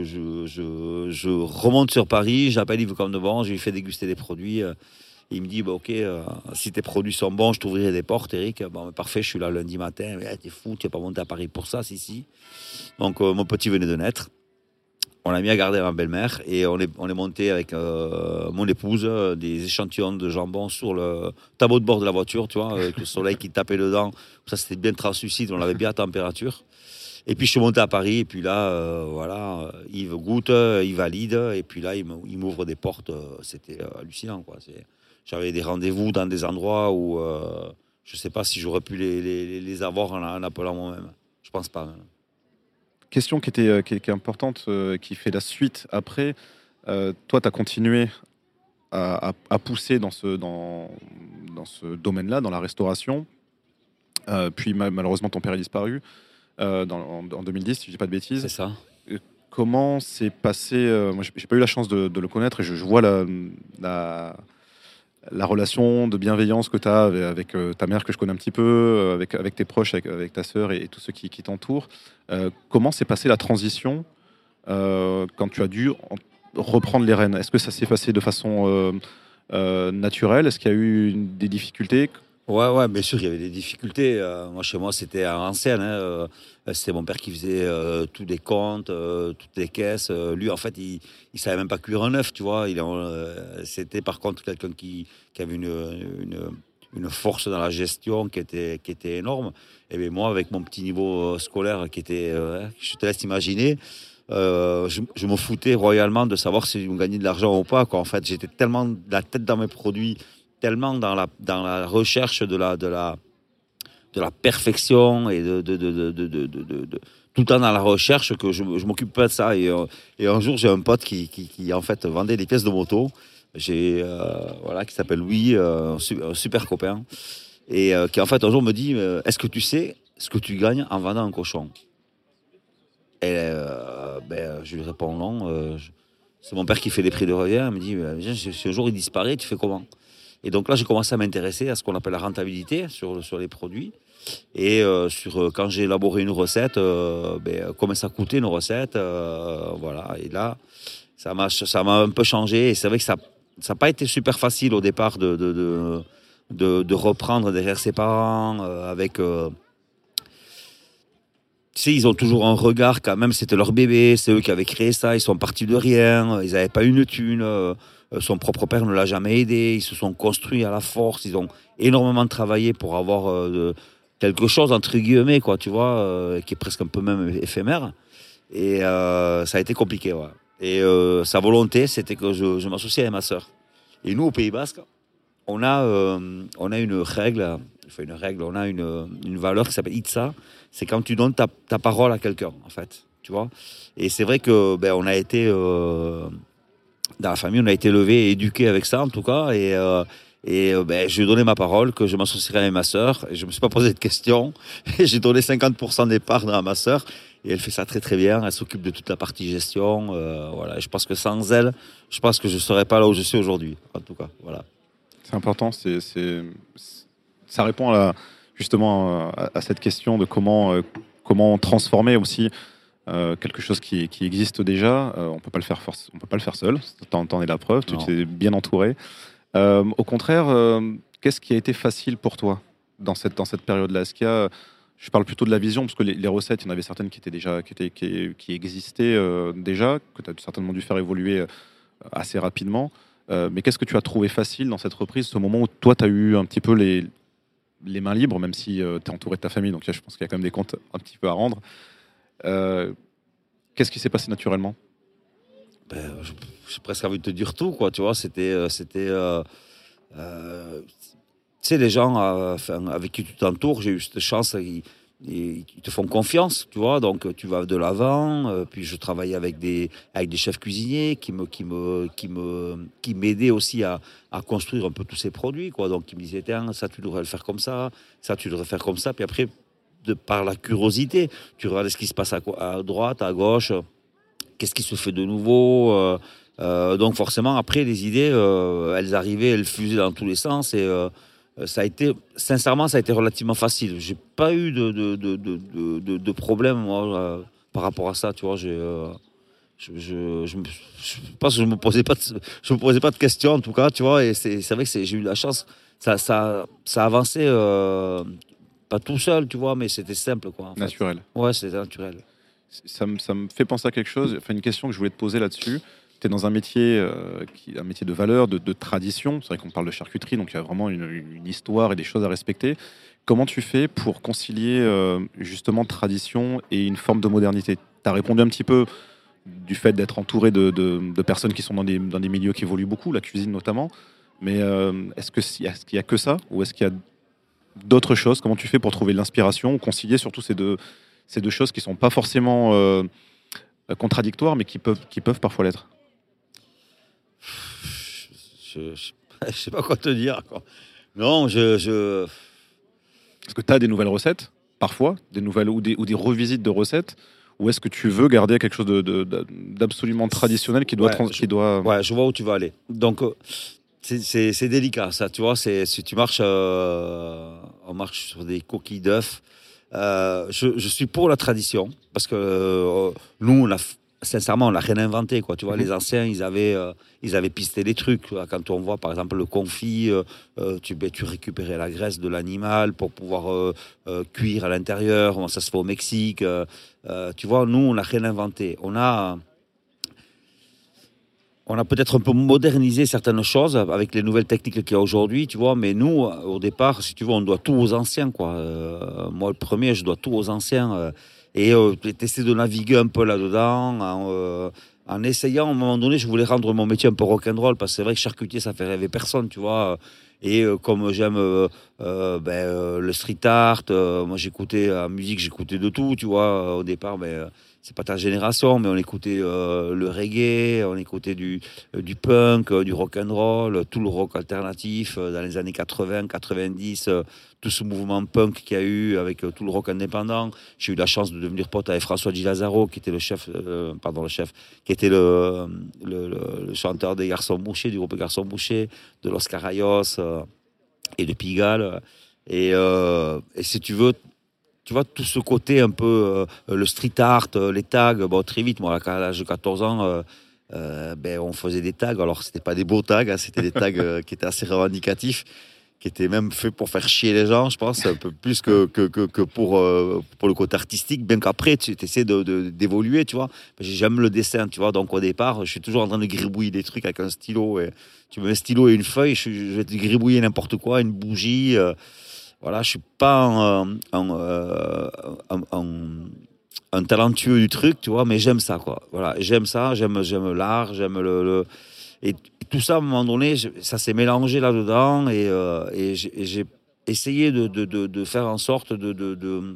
je remonte sur Paris, j'appelle Yves Comdebon, je lui fais déguster des produits. Il me dit, OK, si tes produits sont bons, je t'ouvrirai des portes, Eric. Bon, parfait, je suis là lundi matin. T'es fou, tu n'es pas monté à Paris pour ça, si. Donc, mon petit venait de naître. On l'a mis à garder à ma belle-mère et on est monté avec mon épouse des échantillons de jambon sur le tableau de bord de la voiture, tu vois, avec le soleil qui tapait dedans. Ça, c'était bien translucide, on l'avait bien à température. Et puis, je suis monté à Paris et puis là, Yves goûte, il valide et puis là, il m'ouvre des portes. C'était hallucinant, quoi. J'avais des rendez-vous dans des endroits où je ne sais pas si j'aurais pu les avoir en appelant moi-même. Je pense pas, même. Question qui est importante, qui fait la suite après. Toi, tu as continué à pousser dans ce domaine-là, dans la restauration. Puis malheureusement, ton père est disparu en 2010, si je ne dis pas de bêtises. C'est ça. Comment s'est passé moi, j'ai pas eu la chance de le connaître et je vois la relation de bienveillance que tu as avec ta mère, que je connais un petit peu, avec tes proches, avec ta sœur et tous ceux qui t'entourent. Comment s'est passée la transition quand tu as dû reprendre les rênes? Est-ce que ça s'est passé de façon naturelle? Est-ce qu'il y a eu des difficultés? Ouais, bien sûr, il y avait des difficultés. Moi, chez moi, c'était à l'ancienne. C'était mon père qui faisait tous les comptes, toutes les caisses. Lui, en fait, il savait même pas cuire un œuf, tu vois. C'était par contre quelqu'un qui avait une force dans la gestion qui était énorme. Et bien moi, avec mon petit niveau scolaire qui était, je te laisse imaginer, je me foutais royalement de savoir si on gagnait de l'argent ou pas, quoi. En fait, j'étais tellement la tête dans mes produits, tellement dans la recherche de la perfection et de tout le temps dans la recherche que je m'occupe pas de ça. Et un jour, j'ai un pote qui en fait vendait des pièces de moto. Qui s'appelle Louis, un super copain, et qui en fait un jour me dit est-ce que tu sais ce que tu gagnes en vendant un cochon? Et je lui réponds non. C'est mon père qui fait les prix de revient. Il me dit si un jour il disparaît, tu fais comment? Et donc là, j'ai commencé à m'intéresser à ce qu'on appelle la rentabilité sur les produits. Et quand j'ai élaboré une recette, combien ça coûtait une recette. Voilà. Et là, ça m'a un peu changé. Et c'est vrai que ça n'a pas été super facile au départ de reprendre derrière ses parents avec... tu sais, ils ont toujours un regard quand même, c'était leur bébé, c'est eux qui avaient créé ça, ils sont partis de rien, ils n'avaient pas une thune, son propre père ne l'a jamais aidé, ils se sont construits à la force, ils ont énormément travaillé pour avoir quelque chose, entre guillemets, quoi, tu vois, qui est presque un peu même éphémère. Et ça a été compliqué, ouais. Et sa volonté, c'était que je m'associe avec ma sœur. Et nous, au Pays Basque, on a une règle, on a une valeur qui s'appelle Itza. C'est quand tu donnes ta parole à quelqu'un, en fait, tu vois. Et c'est vrai que on a été dans la famille, on a été élevé et éduqué avec ça, en tout cas. Et je lui ai donné ma parole que je m'associerais avec ma sœur. Et je me suis pas posé de questions. Et j'ai donné 50% des parts à ma sœur. Et elle fait ça très très bien. Elle s'occupe de toute la partie gestion. Voilà. Et je pense que sans elle, je pense que je serais pas là où je suis aujourd'hui. En tout cas, voilà. C'est important. Ça répond justement à cette question de comment transformer aussi quelque chose qui existe déjà. On peut pas le faire seul. T'en es la preuve. Tu t'es bien entouré. Au contraire, qu'est-ce qui a été facile pour toi dans cette période-là? Est-ce qu'il y a, Je parle plutôt de la vision, parce que les recettes, il y en avait certaines qui étaient déjà, qui existaient déjà, que tu as certainement dû faire évoluer assez rapidement. Mais qu'est-ce que tu as trouvé facile dans cette reprise, ce moment où toi, tu as eu un petit peu les mains libres, même si tu es entouré de ta famille, donc là, je pense qu'il y a quand même des comptes un petit peu à rendre. Qu'est-ce qui s'est passé naturellement? J'ai presque envie de te dire tout, quoi. Tu vois, tu sais, les gens avec qui tu t'entoures, j'ai eu cette chance, ils te font confiance, tu vois, donc tu vas de l'avant. Puis je travaillais avec des chefs cuisiniers qui m'aidaient aussi à construire un peu tous ces produits, quoi. Donc ils me disaient, tiens, ça tu devrais le faire comme ça tu devrais faire comme ça. Puis après, par la curiosité, tu regardes ce qui se passe à droite, à gauche, qu'est-ce qui se fait de nouveau. Donc forcément, après, les idées, elles arrivaient, elles fusaient dans tous les sens sincèrement, ça a été relativement facile. J'ai pas eu de problème, moi, par rapport à ça, tu vois. Je pense que je me posais pas de questions, en tout cas, tu vois. Et c'est vrai que j'ai eu la chance. Ça avançait, pas tout seul, tu vois, mais c'était simple, quoi. En fait. Naturel. Ouais, c'était naturel. Ça me fait penser à quelque chose, enfin une question que je voulais te poser là-dessus. Tu es dans un métier, un métier de valeur, de tradition. C'est vrai qu'on parle de charcuterie, donc il y a vraiment une histoire et des choses à respecter. Comment tu fais pour concilier justement tradition et une forme de modernité? Tu as répondu un petit peu du fait d'être entouré de personnes qui sont dans des milieux qui évoluent beaucoup, la cuisine notamment. Mais est-ce qu'il y a que ça ou est-ce qu'il y a d'autres choses? Comment tu fais pour trouver l'inspiration ou concilier surtout ces deux choses qui ne sont pas forcément contradictoires, mais qui peuvent parfois l'être? Je sais pas quoi te dire, quoi. Non, Est-ce que tu as des nouvelles recettes, parfois, des nouvelles ou des revisites de recettes, ou est-ce que tu veux garder quelque chose d'absolument traditionnel qui doit... Ouais, je vois où tu vas aller. Donc, c'est délicat, ça, tu vois. Si tu marches, on marche sur des coquilles d'œufs. Je suis pour la tradition, parce que nous, sincèrement, on n'a rien inventé, quoi. Tu vois, les anciens, ils avaient pisté des trucs. Quand on voit, par exemple, le confit, tu récupérais la graisse de l'animal pour pouvoir cuire à l'intérieur. Ça se fait au Mexique. Tu vois, nous, on n'a rien inventé. On a peut-être un peu modernisé certaines choses avec les nouvelles techniques qu'il y a aujourd'hui, tu vois. Mais nous, au départ, si tu veux, on doit tout aux anciens, quoi. Moi, le premier, je dois tout aux anciens. Et tester de naviguer un peu là-dedans en essayant. À un moment donné, je voulais rendre mon métier un peu rock'n'roll parce que c'est vrai que charcutier, ça fait rêver personne, tu vois. Et comme j'aime le street art, moi j'écoutais la musique, j'écoutais de tout, tu vois. Au départ, c'est pas ta génération, mais on écoutait le reggae, on écoutait du punk, du rock'n'roll, tout le rock alternatif dans les années 80, 90, tout ce mouvement punk qu'il y a eu avec tout le rock indépendant. J'ai eu la chance de devenir pote avec François Di Lazzaro, qui était qui était le chanteur des Garçons Bouchers, du groupe Garçons Bouchers, de Los Carayos et de Pigalle. Et si tu veux, tu vois, tout ce côté un peu, le street art, les tags, très vite, moi, à l'âge de 14 ans, on faisait des tags. Alors, c'était pas des beaux tags, hein, c'était des tags qui étaient assez revendicatifs, qui étaient même faits pour faire chier les gens, je pense, un peu plus que pour le côté artistique, bien qu'après, tu essaies d'évoluer, tu vois. J'aime le dessin, tu vois, donc au départ, je suis toujours en train de gribouiller des trucs avec un stylo. Et tu me mets un stylo et une feuille, je vais te gribouiller n'importe quoi, une bougie. Voilà, je suis pas un talentueux du truc, tu vois, mais j'aime ça, quoi. Voilà, j'aime ça, j'aime l'art, j'aime et tout ça, à un moment donné, ça s'est mélangé là-dedans et j'ai essayé de faire en sorte de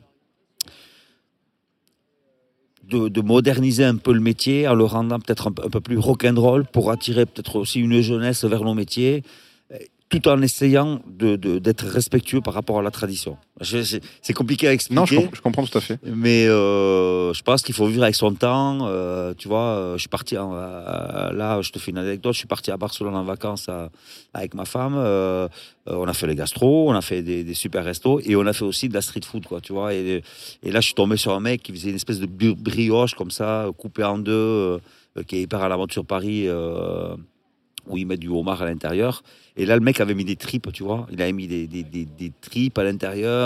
moderniser un peu le métier en le rendant peut-être un peu plus rock'n'roll pour attirer peut-être aussi une jeunesse vers nos métiers, tout en essayant d'être respectueux par rapport à la tradition. C'est compliqué à expliquer. Non, je comprends tout à fait. Mais je pense qu'il faut vivre avec son temps. Tu vois, je suis parti là, je te fais une anecdote. Je suis parti à Barcelone en vacances avec ma femme. On a fait les gastros, on a fait des super restos et on a fait aussi de la street food, quoi. Tu vois. Et là, je suis tombé sur un mec qui faisait une espèce de brioche comme ça, coupée en deux, qui est hyper à la mode sur Paris. Où ils mettent du homard à l'intérieur. Et là, le mec avait mis des tripes, tu vois. Il avait mis des tripes à l'intérieur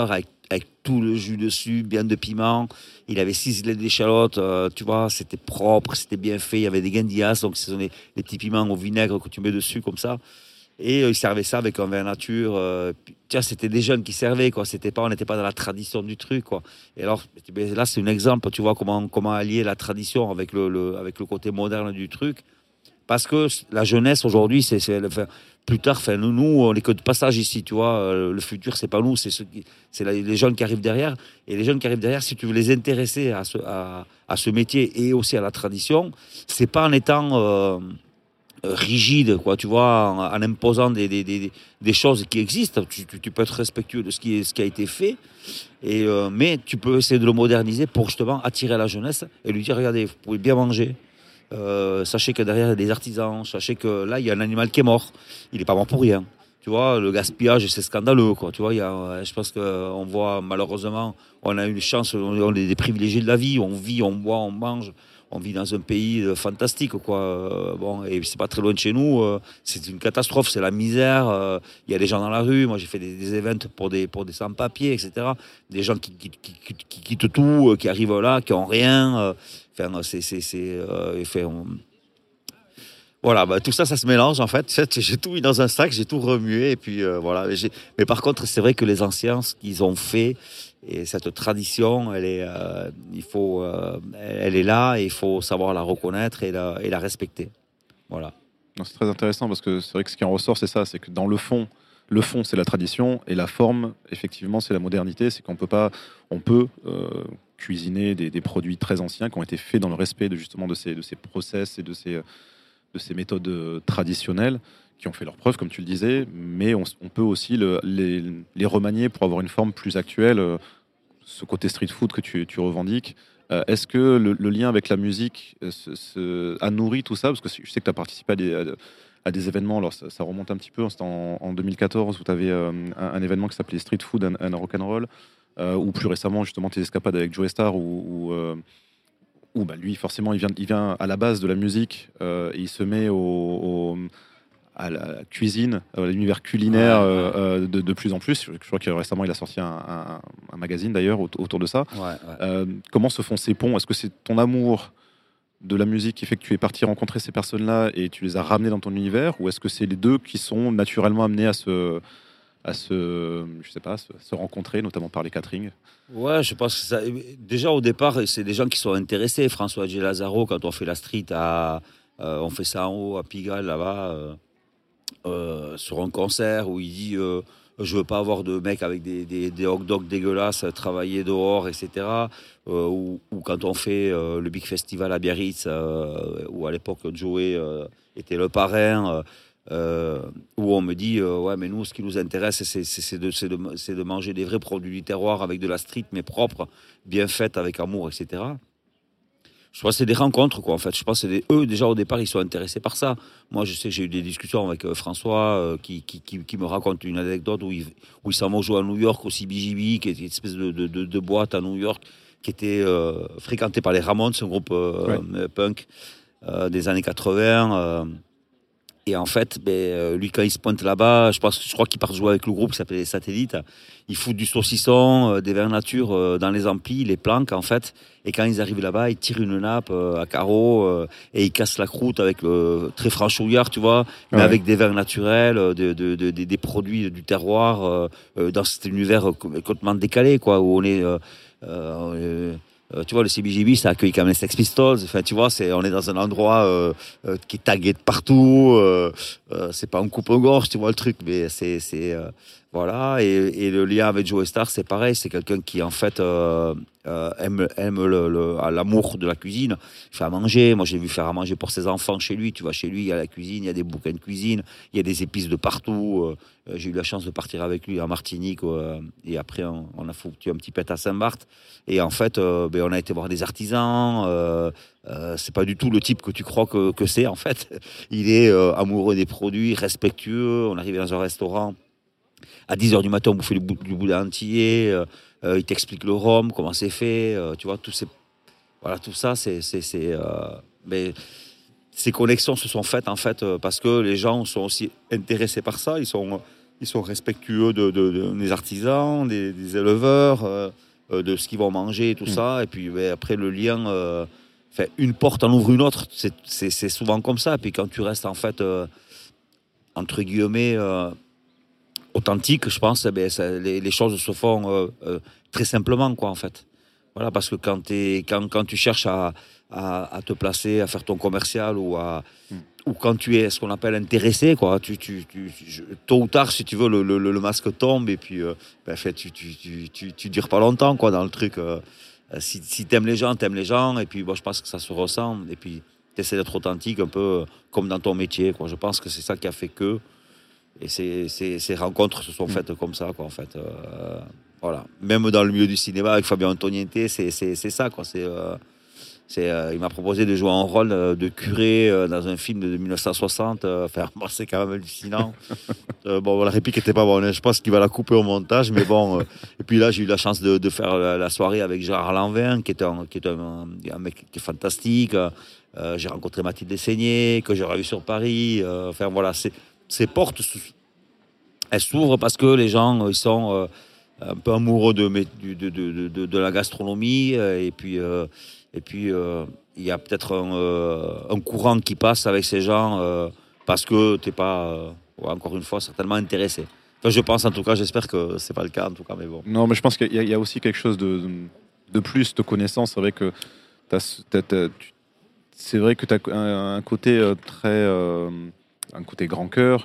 avec tout le jus dessus, bien de piment. Il avait ciselé d'échalotes, tu vois, c'était propre, c'était bien fait. Il y avait des guindillas, donc ce sont les petits piments au vinaigre que tu mets dessus comme ça. Et il servait ça avec un vin nature. Tu vois, c'était des jeunes qui servaient, quoi. On n'était pas dans la tradition du truc, quoi. Et alors, là, c'est un exemple, tu vois, comment allier la tradition avec avec le côté moderne du truc. Parce que la jeunesse aujourd'hui, plus tard, nous, on n'est que de passage ici, tu vois. Le futur, c'est pas nous, c'est les jeunes qui arrivent derrière. Et les jeunes qui arrivent derrière, si tu veux les intéresser à ce métier et aussi à la tradition, c'est pas en étant rigide, quoi, tu vois, en imposant des choses qui existent. Tu peux être respectueux de ce qui a été fait, mais tu peux essayer de le moderniser pour justement attirer la jeunesse et lui dire, regardez, vous pouvez bien manger. Sachez que derrière il y a des artisans, sachez que là il y a un animal qui est mort, il n'est pas mort pour rien. Tu vois, le gaspillage c'est scandaleux, quoi. Tu vois, je pense qu'on voit malheureusement, on a une chance, on est des privilégiés de la vie, on vit, on boit, on mange, on vit dans un pays fantastique, quoi. Bon, et c'est pas très loin de chez nous, c'est une catastrophe, c'est la misère. Il y a des gens dans la rue, moi j'ai fait des events pour des sans-papiers, etc. Des gens qui quittent tout, qui arrivent là, qui ont rien. Enfin, voilà, tout ça se mélange en fait. J'ai tout mis dans un sac, j'ai tout remué et puis voilà. Mais par contre, c'est vrai que les anciens, ce qu'ils ont fait et cette tradition, elle est là et il faut savoir la reconnaître et la respecter. Voilà. Non, c'est très intéressant parce que c'est vrai que ce qui en ressort, c'est ça, c'est que dans le fond, c'est la tradition et la forme, effectivement, c'est la modernité. C'est qu'on peut pas, on peut cuisiner des produits très anciens qui ont été faits dans le respect justement de ces process et de ces méthodes traditionnelles qui ont fait leurs preuves, comme tu le disais, mais on peut aussi les remanier pour avoir une forme plus actuelle. Ce côté street food que tu revendiques, est-ce que le lien avec la musique a nourri tout ça? Parce que je sais que tu as participé à des événements, alors ça remonte un petit peu, c'était en 2014 où tu avais un événement qui s'appelait Street Food and Rock'n'Roll, ou plus récemment justement tes escapades avec Joe Star, où bah, lui forcément il vient à la base de la musique, et il se met à la cuisine, à l'univers culinaire de plus en plus. Je crois que récemment il a sorti un magazine d'ailleurs autour de ça. Comment se font ces ponts? Est-ce que c'est ton amour de la musique qui fait que tu es parti rencontrer ces personnes-là et tu les as ramenées dans ton univers, ou est-ce que c'est les deux qui sont naturellement amenés à se rencontrer, notamment par les caterings? Ouais, je pense que ça. Déjà au départ, c'est des gens qui sont intéressés. François G. Lazaro, quand on fait la street on fait ça en haut à Pigalle là-bas. Sur un concert où il dit je veux pas avoir de mecs avec des hot dogs dégueulasses travailler dehors, etc. Ou quand on fait le Big Festival à Biarritz, où à l'époque Joey était le parrain, où on me dit ouais, mais nous ce qui nous intéresse c'est de manger des vrais produits du terroir avec de la street mais propre, bien faite, avec amour, etc. Je pense que c'est des rencontres, quoi, en fait. Je pense que eux, déjà, au départ, ils sont intéressés par ça. Moi, je sais que j'ai eu des discussions avec François qui me raconte une anecdote où il s'en va jouer à New York, au CBGB, qui est une espèce de boîte à New York, qui était fréquentée par les Ramones, un groupe punk des années 80. Et en fait, lui, quand il se pointe là-bas, je crois qu'il part jouer avec le groupe qui s'appelait les Satellites. Il fout du saucisson, des vins nature dans les amplis, les planques, en fait. Et quand ils arrivent là-bas, ils tirent une nappe à carreaux et ils cassent la croûte avec très franchouillard, tu vois, mais avec des vins naturels, des produits du terroir, dans cet univers complètement décalé, quoi, où on est... tu vois, le CBGB, ça accueille quand même les Sex Pistols. Enfin, tu vois, on est dans un endroit qui est tagué de partout. C'est pas un coupe-gorge, tu vois le truc, mais voilà. Et le lien avec Joe Star, c'est pareil. C'est quelqu'un qui, en fait, aime l'amour de la cuisine. Il fait à manger. Moi, j'ai vu faire à manger pour ses enfants chez lui. Tu vois, chez lui, il y a la cuisine, il y a des bouquins de cuisine, il y a des épices de partout. J'ai eu la chance de partir avec lui en Martinique. Et après, on a foutu un petit pet à Saint-Barth. Et en fait, on a été voir des artisans. C'est pas du tout le type que tu crois que c'est, en fait. Il est amoureux des produits, respectueux. On arrivait dans un restaurant. À 10h du matin, on bouffait du boudin entier. Il t'explique le rhum, comment c'est fait. Tu vois, tout ça, mais ces connexions se sont faites, en fait, parce que les gens sont aussi intéressés par ça. Ils sont ils sont respectueux des artisans, des éleveurs, de ce qu'ils vont manger et tout ça. Et puis après, le lien, une porte en ouvre une autre. C'est souvent comme ça. Et puis quand tu restes en fait, entre guillemets, authentique, je pense, les choses se font très simplement, quoi, en fait. Voilà, parce que quand tu cherches à te placer, à faire ton commercial ou quand tu es ce qu'on appelle intéressé, quoi, tôt ou tard, si tu veux, le masque tombe et puis tu dures pas longtemps, quoi, dans le truc. Si t'aimes les gens, et puis je pense que ça se ressent, et puis t'essaies d'être authentique, un peu comme dans ton métier, quoi. Je pense que c'est ça qui a fait que, et ces rencontres se sont faites comme ça, quoi, en fait. Voilà. Même dans le milieu du cinéma avec Fabien Antoniente, c'est ça, quoi. Il m'a proposé de jouer un rôle de curé dans un film de 1960. C'est quand même hallucinant. La réplique n'était pas bonne. Je pense qu'il va la couper au montage, mais bon. Et puis là, j'ai eu la chance de faire la soirée avec Gérard Lanvin, qui est un mec qui est fantastique. J'ai rencontré Mathilde Dessaigné, que j'ai revu sur Paris. Ces portes, elles s'ouvrent parce que les gens, ils sont un peu amoureux de la gastronomie. Et puis, il y a peut-être un courant qui passe avec ces gens parce que tu n'es pas, encore une fois, certainement intéressé. Enfin, je pense, en tout cas, j'espère que ce n'est pas le cas, en tout cas, mais bon. Non, mais je pense qu'il y a aussi quelque chose de plus de connaissance. C'est vrai que c'est vrai que tu as un côté un côté grand cœur,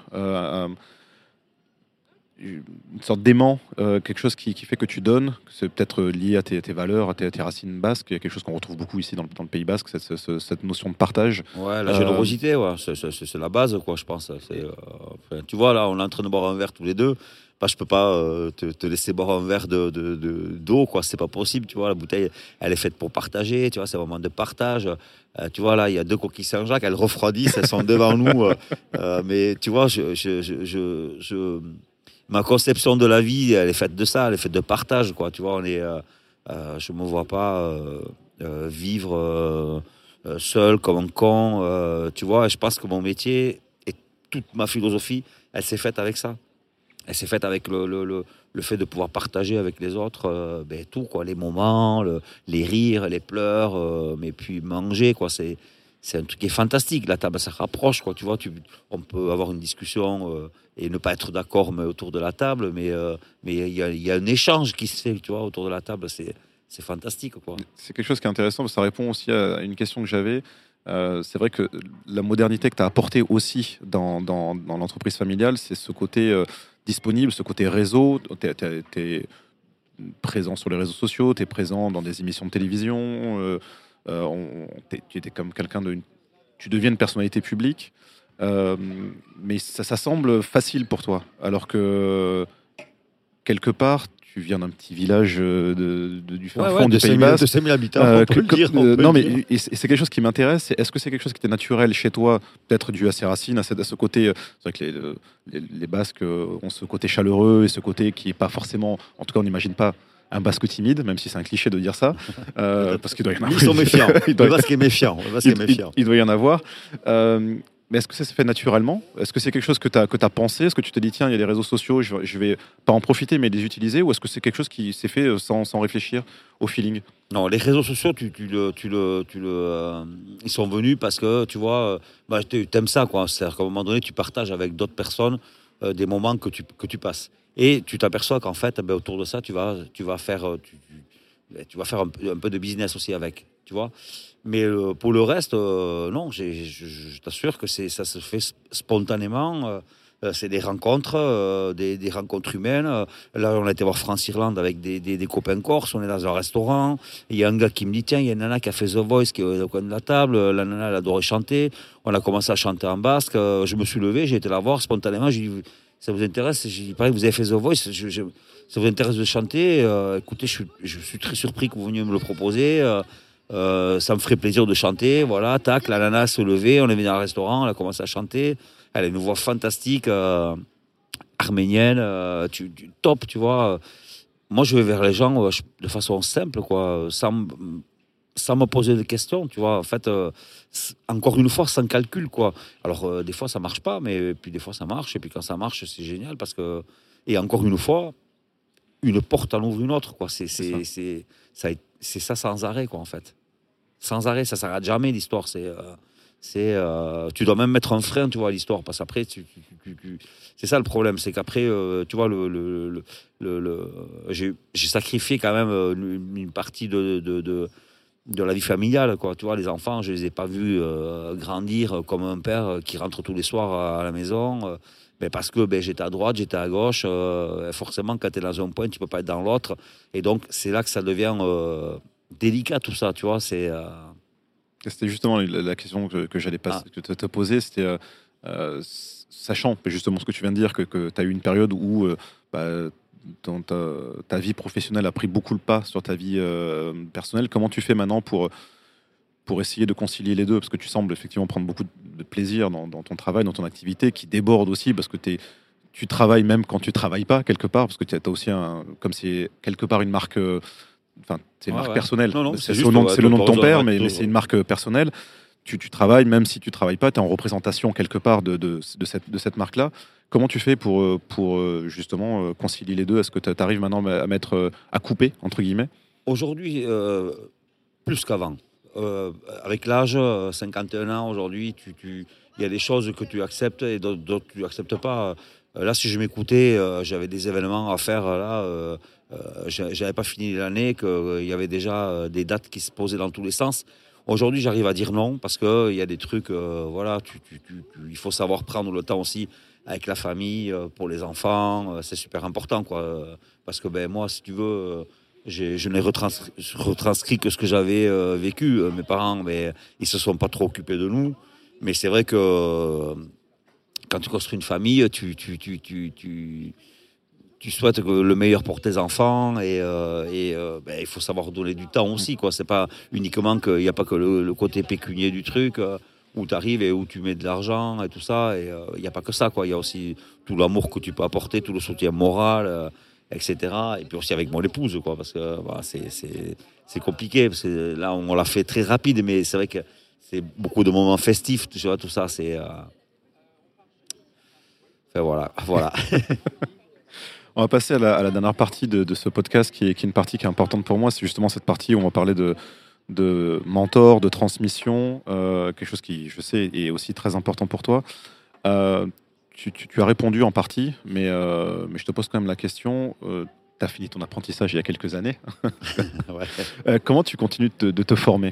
une sorte d'aimant, quelque chose qui fait que tu donnes. C'est peut-être lié à tes valeurs, à tes racines basques. Il y a quelque chose qu'on retrouve beaucoup ici dans le Pays Basque, cette notion de partage. Ouais, la générosité, c'est la base, quoi, je pense. Tu vois, là, on est en train de boire un verre tous les deux. Je peux pas te laisser boire un verre d'eau, quoi. C'est pas possible, tu vois. La bouteille, elle est faite pour partager, tu vois. C'est un moment de partage. Tu vois, là, il y a 2 coquilles Saint-Jacques, elles refroidissent, elles sont devant nous. Mais tu vois, ma conception de la vie, elle est faite de ça, elle est faite de partage, quoi. Tu vois, je me vois pas vivre seul comme un con, tu vois. Et je pense que mon métier et toute ma philosophie, elle s'est faite avec ça. Elle s'est faite avec le fait de pouvoir partager avec les autres tout, quoi, les moments, les rires, les pleurs, mais puis manger, quoi. C'est un truc qui est fantastique. La table, ça rapproche, quoi. Tu vois, on peut avoir une discussion et ne pas être d'accord mais autour de la table, mais il y a un échange qui se fait, tu vois, autour de la table. C'est fantastique, quoi. C'est quelque chose qui est intéressant, parce que ça répond aussi à une question que j'avais. C'est vrai que la modernité que tu as apportée aussi dans l'entreprise familiale, c'est ce côté disponible, ce côté réseau. Tu es présent sur les réseaux sociaux, tu es présent dans des émissions de télévision, tu étais comme tu deviens une personnalité publique, mais ça semble facile pour toi, alors que quelque part, tu viens d'un petit village du fin fond du Pays Basque. De 5000 habitants, on peut le dire. Non, mais c'est quelque chose qui m'intéresse. Est-ce que c'est quelque chose qui était naturel chez toi, peut-être dû à ses racines, à ce côté. C'est vrai que les Basques ont ce côté chaleureux et ce côté qui n'est pas forcément. En tout cas, on n'imagine pas un Basque timide, même si c'est un cliché de dire ça. Parce qu'il doit y en avoir. Ils sont méfiants. Le Basque est méfiant. Il doit y en avoir. Mais est-ce que ça se fait naturellement? Est-ce que c'est quelque chose que tu as pensé? Est-ce que tu te dis, tiens, il y a les réseaux sociaux, je vais pas en profiter, mais les utiliser? Ou est-ce que c'est quelque chose qui s'est fait sans réfléchir, au feeling? Non, les réseaux sociaux, ils sont venus parce que, tu vois, tu aimes ça, quoi. C'est-à-dire qu'à un moment donné, tu partages avec d'autres personnes des moments que tu passes. Et tu t'aperçois qu'en fait, autour de ça, tu vas faire un peu de business aussi avec, tu vois. Mais pour le reste, non, je t'assure que ça se fait spontanément. C'est des rencontres, des rencontres humaines. Là, on a été voir France-Irlande avec des copains corses. On est dans un restaurant. Il y a un gars qui me dit, tiens, il y a une nana qui a fait The Voice qui est au coin de la table. La nana, elle adorait chanter. On a commencé à chanter en basque. Je me suis levé, j'ai été la voir spontanément. J'ai dit, ça vous intéresse? J'ai dit, pareil, vous avez fait The Voice. Ça vous intéresse de chanter? Écoutez, je suis très surpris que vous veniez me le proposer. Ça me ferait plaisir de chanter. Voilà, tac, la nana se levait. On est venu dans le restaurant. Elle a commencé à chanter. Elle a une voix fantastique, arménienne, top, tu vois. Moi, je vais vers les gens de façon simple, quoi, sans sans me poser de questions, tu vois. En fait, encore une fois, sans calcul, quoi. Alors, des fois, ça marche pas, mais puis des fois, ça marche. Et puis quand ça marche, c'est génial parce que... Et encore une fois, une porte en ouvre une autre, quoi. C'est ça sans arrêt, quoi, en fait. Sans arrêt, ça s'arrête jamais, l'histoire. Tu dois même mettre un frein, tu vois, à l'histoire, parce qu'après, c'est ça le problème, c'est qu'après, tu vois, j'ai sacrifié quand même une partie de la vie familiale, quoi. Tu vois, les enfants, je les ai pas vus grandir comme un père qui rentre tous les soirs à la maison. Mais parce que j'étais à droite, j'étais à gauche. Forcément, quand tu es dans un point, tu peux pas être dans l'autre. Et donc, c'est là que ça devient délicat, tout ça, tu vois. C'était justement la question que j'allais te poser. C'était, sachant justement ce que tu viens de dire, que tu as eu une période où dans ta vie professionnelle a pris beaucoup le pas sur ta vie personnelle. Comment tu fais maintenant pour essayer de concilier les deux? Parce que tu sembles effectivement prendre beaucoup de plaisir dans ton travail, dans ton activité, qui déborde aussi, parce que tu travailles même quand tu travailles pas, quelque part, parce que tu as aussi comme c'est quelque part une marque... Enfin, c'est une marque personnelle. Non, c'est le nom de ton père, mais c'est une marque personnelle. Tu travailles, même si tu travailles pas, tu es en représentation quelque part de cette marque-là. Comment tu fais pour justement concilier les deux? Est-ce que tu arrives maintenant à couper, entre guillemets? Aujourd'hui, plus qu'avant. Avec l'âge, 51 ans, aujourd'hui, il y a des choses que tu acceptes et d'autres tu n'acceptes pas. Là, si je m'écoutais, j'avais des événements à faire. Là, j'avais pas fini l'année, qu'il y avait déjà des dates qui se posaient dans tous les sens. Aujourd'hui, j'arrive à dire non parce qu'il y a des trucs, voilà, il faut savoir prendre le temps aussi avec la famille, pour les enfants. C'est super important, quoi. Parce que moi, si tu veux, je n'ai retranscrit que ce que j'avais vécu. Mes parents, ils se sont pas trop occupés de nous. Mais c'est vrai que quand tu construis une famille, tu souhaites le meilleur pour tes enfants et il faut savoir donner du temps aussi, quoi. C'est pas uniquement qu'il n'y a pas que le côté pécunier du truc où tu arrives et où tu mets de l'argent et tout ça, et il n'y a pas que ça, quoi. Il y a aussi tout l'amour que tu peux apporter, tout le soutien moral, etc. Et puis aussi avec mon épouse, quoi, parce que c'est compliqué, parce que là on l'a fait très rapide, mais c'est vrai que c'est beaucoup de moments festifs, tu vois, tout ça, c'est enfin, voilà. On va passer à la dernière partie de ce podcast qui est une partie qui est importante pour moi. C'est justement cette partie où on va parler de mentor, de transmission, quelque chose qui, je sais, est aussi très important pour toi. Tu as répondu en partie, mais je te pose quand même la question. Tu as fini ton apprentissage il y a quelques années. Ouais. Comment tu continues de te former?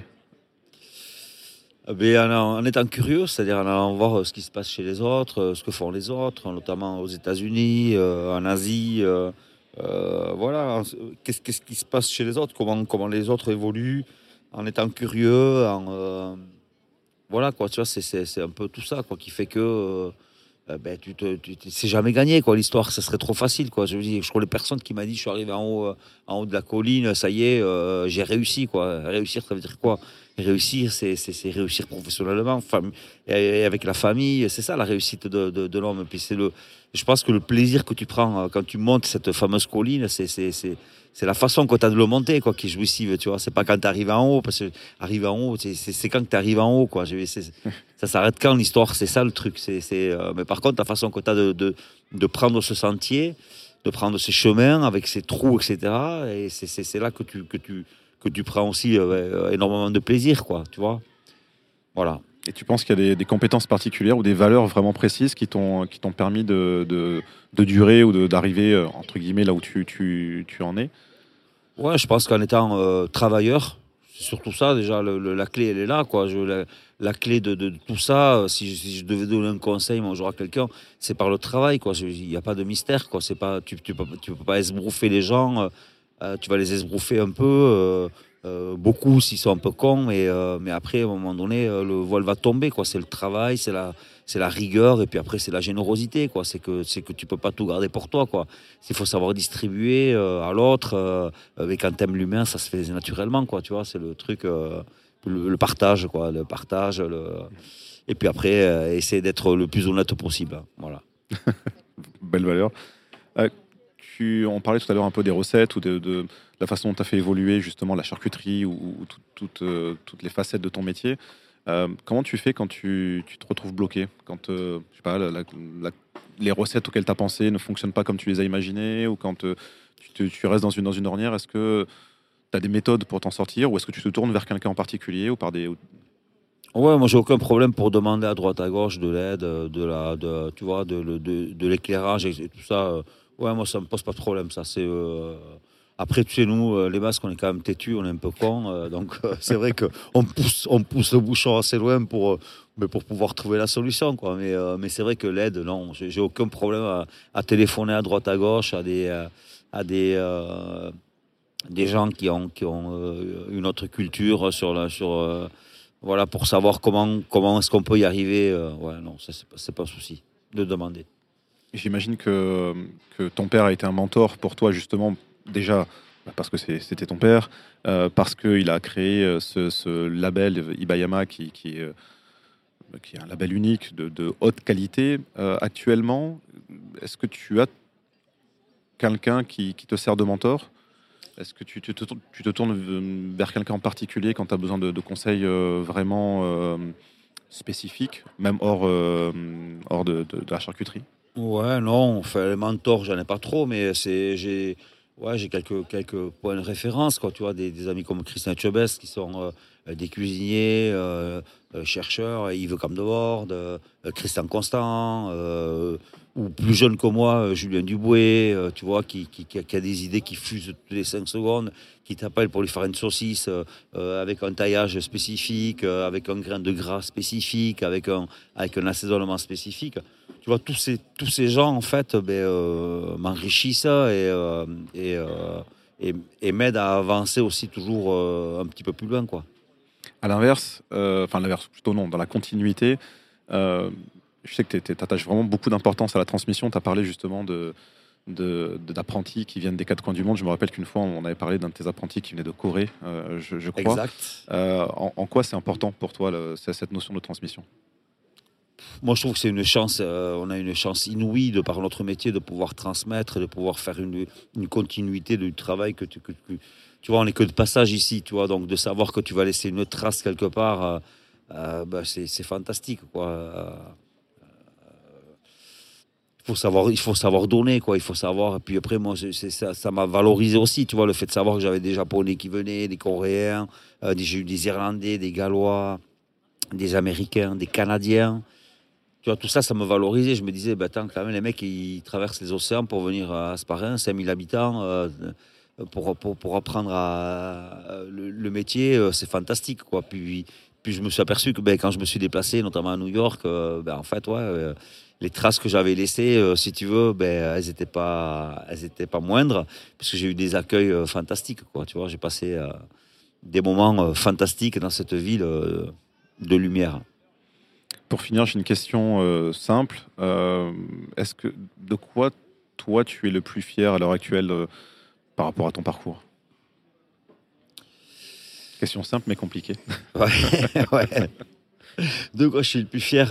En étant curieux, c'est-à-dire en allant voir ce qui se passe chez les autres, ce que font les autres, notamment aux États-Unis, en Asie. Voilà, qu'est-ce qui se passe chez les autres, comment les autres évoluent, en étant curieux, voilà, quoi, tu vois, c'est un peu tout ça, quoi, qui fait que c'est jamais gagné, quoi, l'histoire, ça serait trop facile, quoi. Je veux dire, je crois les personnes qui m'a dit je suis arrivé en haut de la colline, ça y est, j'ai réussi, quoi. Réussir, ça veut dire quoi? Réussir, c'est réussir professionnellement, et avec la famille, c'est ça la réussite de l'homme. Et puis je pense que le plaisir que tu prends quand tu montes cette fameuse colline, c'est la façon que tu as de le monter, quoi, qui est jouissive, tu vois. C'est pas quand tu arrives en haut, parce que arriver en haut, c'est quand tu arrives en haut, quoi. Ça s'arrête quand l'histoire, c'est ça le truc. Mais par contre, la façon que tu as de prendre ce sentier, de prendre ces chemins avec ces trous, etc. Et c'est là que tu prends aussi énormément de plaisir, quoi, tu vois. Voilà. Et tu penses qu'il y a des compétences particulières ou des valeurs vraiment précises qui t'ont permis de durer ou d'arriver, entre guillemets, là où tu en es? Ouais, je pense qu'en étant travailleur, c'est surtout ça, déjà, la clé, elle est là, quoi. La clé de tout ça, si je devais donner un conseil, moi, à quelqu'un, c'est par le travail, quoi. Il n'y a pas de mystère, quoi. C'est pas, tu peux pas esbrouffer les gens, tu vas les esbrouffer un peu, beaucoup s'ils sont un peu cons, mais après, à un moment donné, le voile va tomber, quoi. C'est le travail, c'est la rigueur, et puis après, c'est la générosité, quoi. C'est que tu peux pas tout garder pour toi, quoi. Il faut savoir distribuer à l'autre, mais quand t'aimes l'humain, ça se fait naturellement, quoi. Tu vois, c'est le truc, le partage, quoi. Le partage, et puis après, essayer d'être le plus honnête possible, hein. Voilà. Belle valeur. On parlait tout à l'heure un peu des recettes ou de la façon dont tu as fait évoluer justement la charcuterie ou toutes les facettes de ton métier. Comment tu fais quand tu te retrouves bloqué? Quand je sais pas, les recettes auxquelles tu as pensé ne fonctionnent pas comme tu les as imaginées, ou quand tu restes dans une ornière, est-ce que tu as des méthodes pour t'en sortir, ou est-ce que tu te tournes vers quelqu'un en particulier ou par des... Ouais, moi j'ai aucun problème pour demander à droite à gauche de l'aide, tu vois, de l'éclairage et tout ça. Ouais, moi ça me pose pas de problème. Ça, c'est après, tu sais, nous, les Basques, on est quand même têtus, on est un peu cons, donc c'est vrai que on pousse le bouchon assez loin mais pour pouvoir trouver la solution, quoi. Mais c'est vrai que l'aide, non, j'ai aucun problème à téléphoner à droite à gauche à des gens qui ont une autre culture voilà, pour savoir comment est-ce qu'on peut y arriver. Ouais, non, ça, c'est pas un souci de demander. J'imagine que ton père a été un mentor pour toi, justement, déjà parce que c'était ton père, parce qu'il a créé ce label Ibayama qui est un label unique de haute qualité. Actuellement, est-ce que tu as quelqu'un qui te sert de mentor? Est-ce que tu te tournes vers quelqu'un en particulier quand tu as besoin de conseils vraiment spécifiques, même hors de la charcuterie? Ouais, non, enfin, les mentors, j'en ai pas trop, mais j'ai quelques points de référence, quoi. Tu vois, des amis comme Christian Chebest qui sont des cuisiniers, chercheurs, Yves Campdevorde, Christian Constant, ou plus jeune que moi, Julien Duboué, tu vois, qui a des idées qui fusent toutes les 5 secondes, qui t'appelle pour lui faire une saucisse avec un taillage spécifique, avec un grain de gras spécifique, avec un assaisonnement spécifique. Tu vois, tous ces gens, en fait, m'enrichissent et m'aident à avancer aussi toujours un petit peu plus loin, quoi. À l'inverse, enfin l'inverse, plutôt non, dans la continuité, euh, je sais que tu attaches vraiment beaucoup d'importance à la transmission. Tu as parlé justement d'apprentis qui viennent des 4 coins du monde. Je me rappelle qu'une fois, on avait parlé d'un de tes apprentis qui venait de Corée, je crois. Exact. En quoi c'est important pour toi, cette notion de transmission? Moi, je trouve que c'est une chance. On a une chance inouïe de par notre métier de pouvoir transmettre, de pouvoir faire une continuité du travail tu vois, on n'est que de passage ici, tu vois, donc de savoir que tu vas laisser une trace quelque part, c'est fantastique, quoi. Il faut savoir donner, quoi. Il faut savoir. Et puis après, moi, ça m'a valorisé aussi, tu vois, le fait de savoir que j'avais des Japonais qui venaient, des Coréens, j'ai eu des Irlandais, des Gallois, des Américains, des Canadiens. Tu vois, tout ça, ça me valorisait. Je me disais, attends, quand même, les mecs, ils traversent les océans pour venir à Asparin, 5000 habitants, pour apprendre le métier, c'est fantastique, quoi. Puis je me suis aperçu que quand je me suis déplacé, notamment à New York, en fait, ouais, les traces que j'avais laissées, si tu veux, elles étaient pas moindres, parce que j'ai eu des accueils fantastiques, quoi. Tu vois, j'ai passé des moments fantastiques dans cette ville de lumière. Pour finir, j'ai une question simple. De quoi, toi, tu es le plus fier à l'heure actuelle par rapport à ton parcours? Question simple mais compliquée. Ouais, ouais. De quoi je suis le plus fier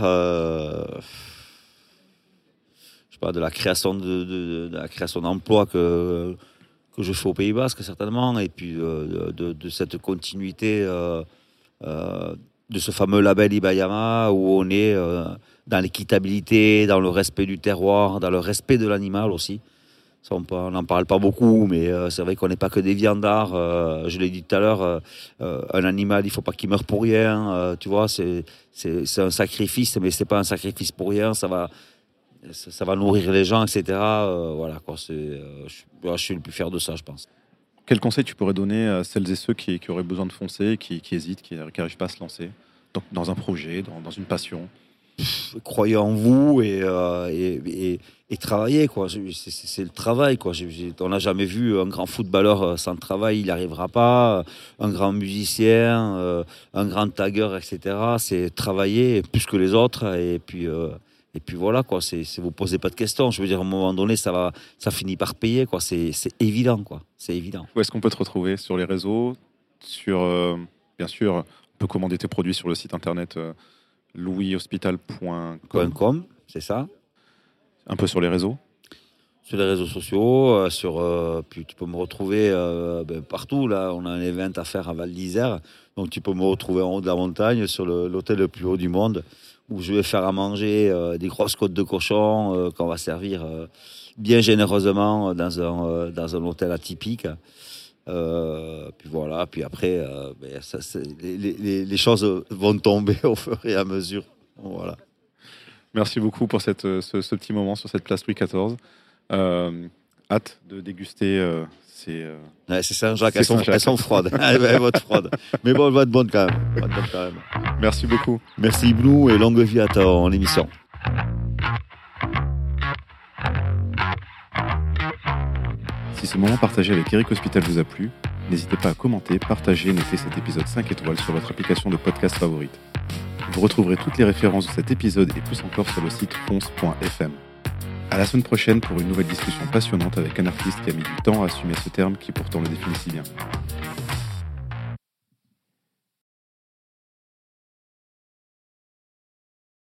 je sais pas, de la création de la création d'emplois que je fais au Pays Basque, certainement, et puis de cette continuité de ce fameux label Ibayama où on est dans l'équitabilité, dans le respect du terroir, dans le respect de l'animal aussi. Ça, on n'en parle pas beaucoup, mais c'est vrai qu'on n'est pas que des viandards. Je l'ai dit tout à l'heure, un animal, il ne faut pas qu'il meure pour rien. Tu vois, c'est un sacrifice, mais ce n'est pas un sacrifice pour rien. Ça va nourrir les gens, etc. Voilà, quoi. Je suis le plus fier de ça, je pense. Quel conseil tu pourrais donner à celles et ceux qui auraient besoin de foncer, qui hésitent, qui n'arrivent pas à se lancer dans un projet, dans une passion? Croyez en vous et travaillez, quoi. C'est le travail, quoi. On n'a jamais vu un grand footballeur sans travail, il n'y arrivera pas. Un grand musicien, un grand tagueur, etc. C'est travailler plus que les autres. Et puis voilà, quoi. Vous posez pas de questions. Je veux dire, à un moment donné, ça finit par payer, quoi. C'est évident, quoi. C'est évident. Où est-ce qu'on peut te retrouver? Sur les réseaux? Bien sûr, on peut commander tes produits sur le site internet louishospital.com. .com, c'est ça. Un peu sur les réseaux? Sur les réseaux sociaux, puis tu peux me retrouver partout. Là, on a un event à faire à Val d'Isère. Donc tu peux me retrouver en haut de la montagne, sur l'hôtel le plus haut du monde, où je vais faire à manger des grosses côtes de cochon qu'on va servir bien généreusement dans un hôtel atypique. Puis voilà, puis après, les choses vont tomber au fur et à mesure. Voilà. Merci beaucoup pour ce petit moment sur cette place Louis XIV. Hâte de déguster c'est Saint-Jacques, elles sont froides. Elles vont être froides. Mais bon, elles vont être bonnes quand même. Merci beaucoup. Merci Blue et longue vie à ton émission. Si ce moment partagé avec Eric Hospital vous a plu, n'hésitez pas à commenter, partager et noter cet épisode 5 étoiles sur votre application de podcast favorite. Vous retrouverez toutes les références de cet épisode et plus encore sur le site fonce.fm. À la semaine prochaine pour une nouvelle discussion passionnante avec un artiste qui a mis du temps à assumer ce terme qui pourtant le définit si bien.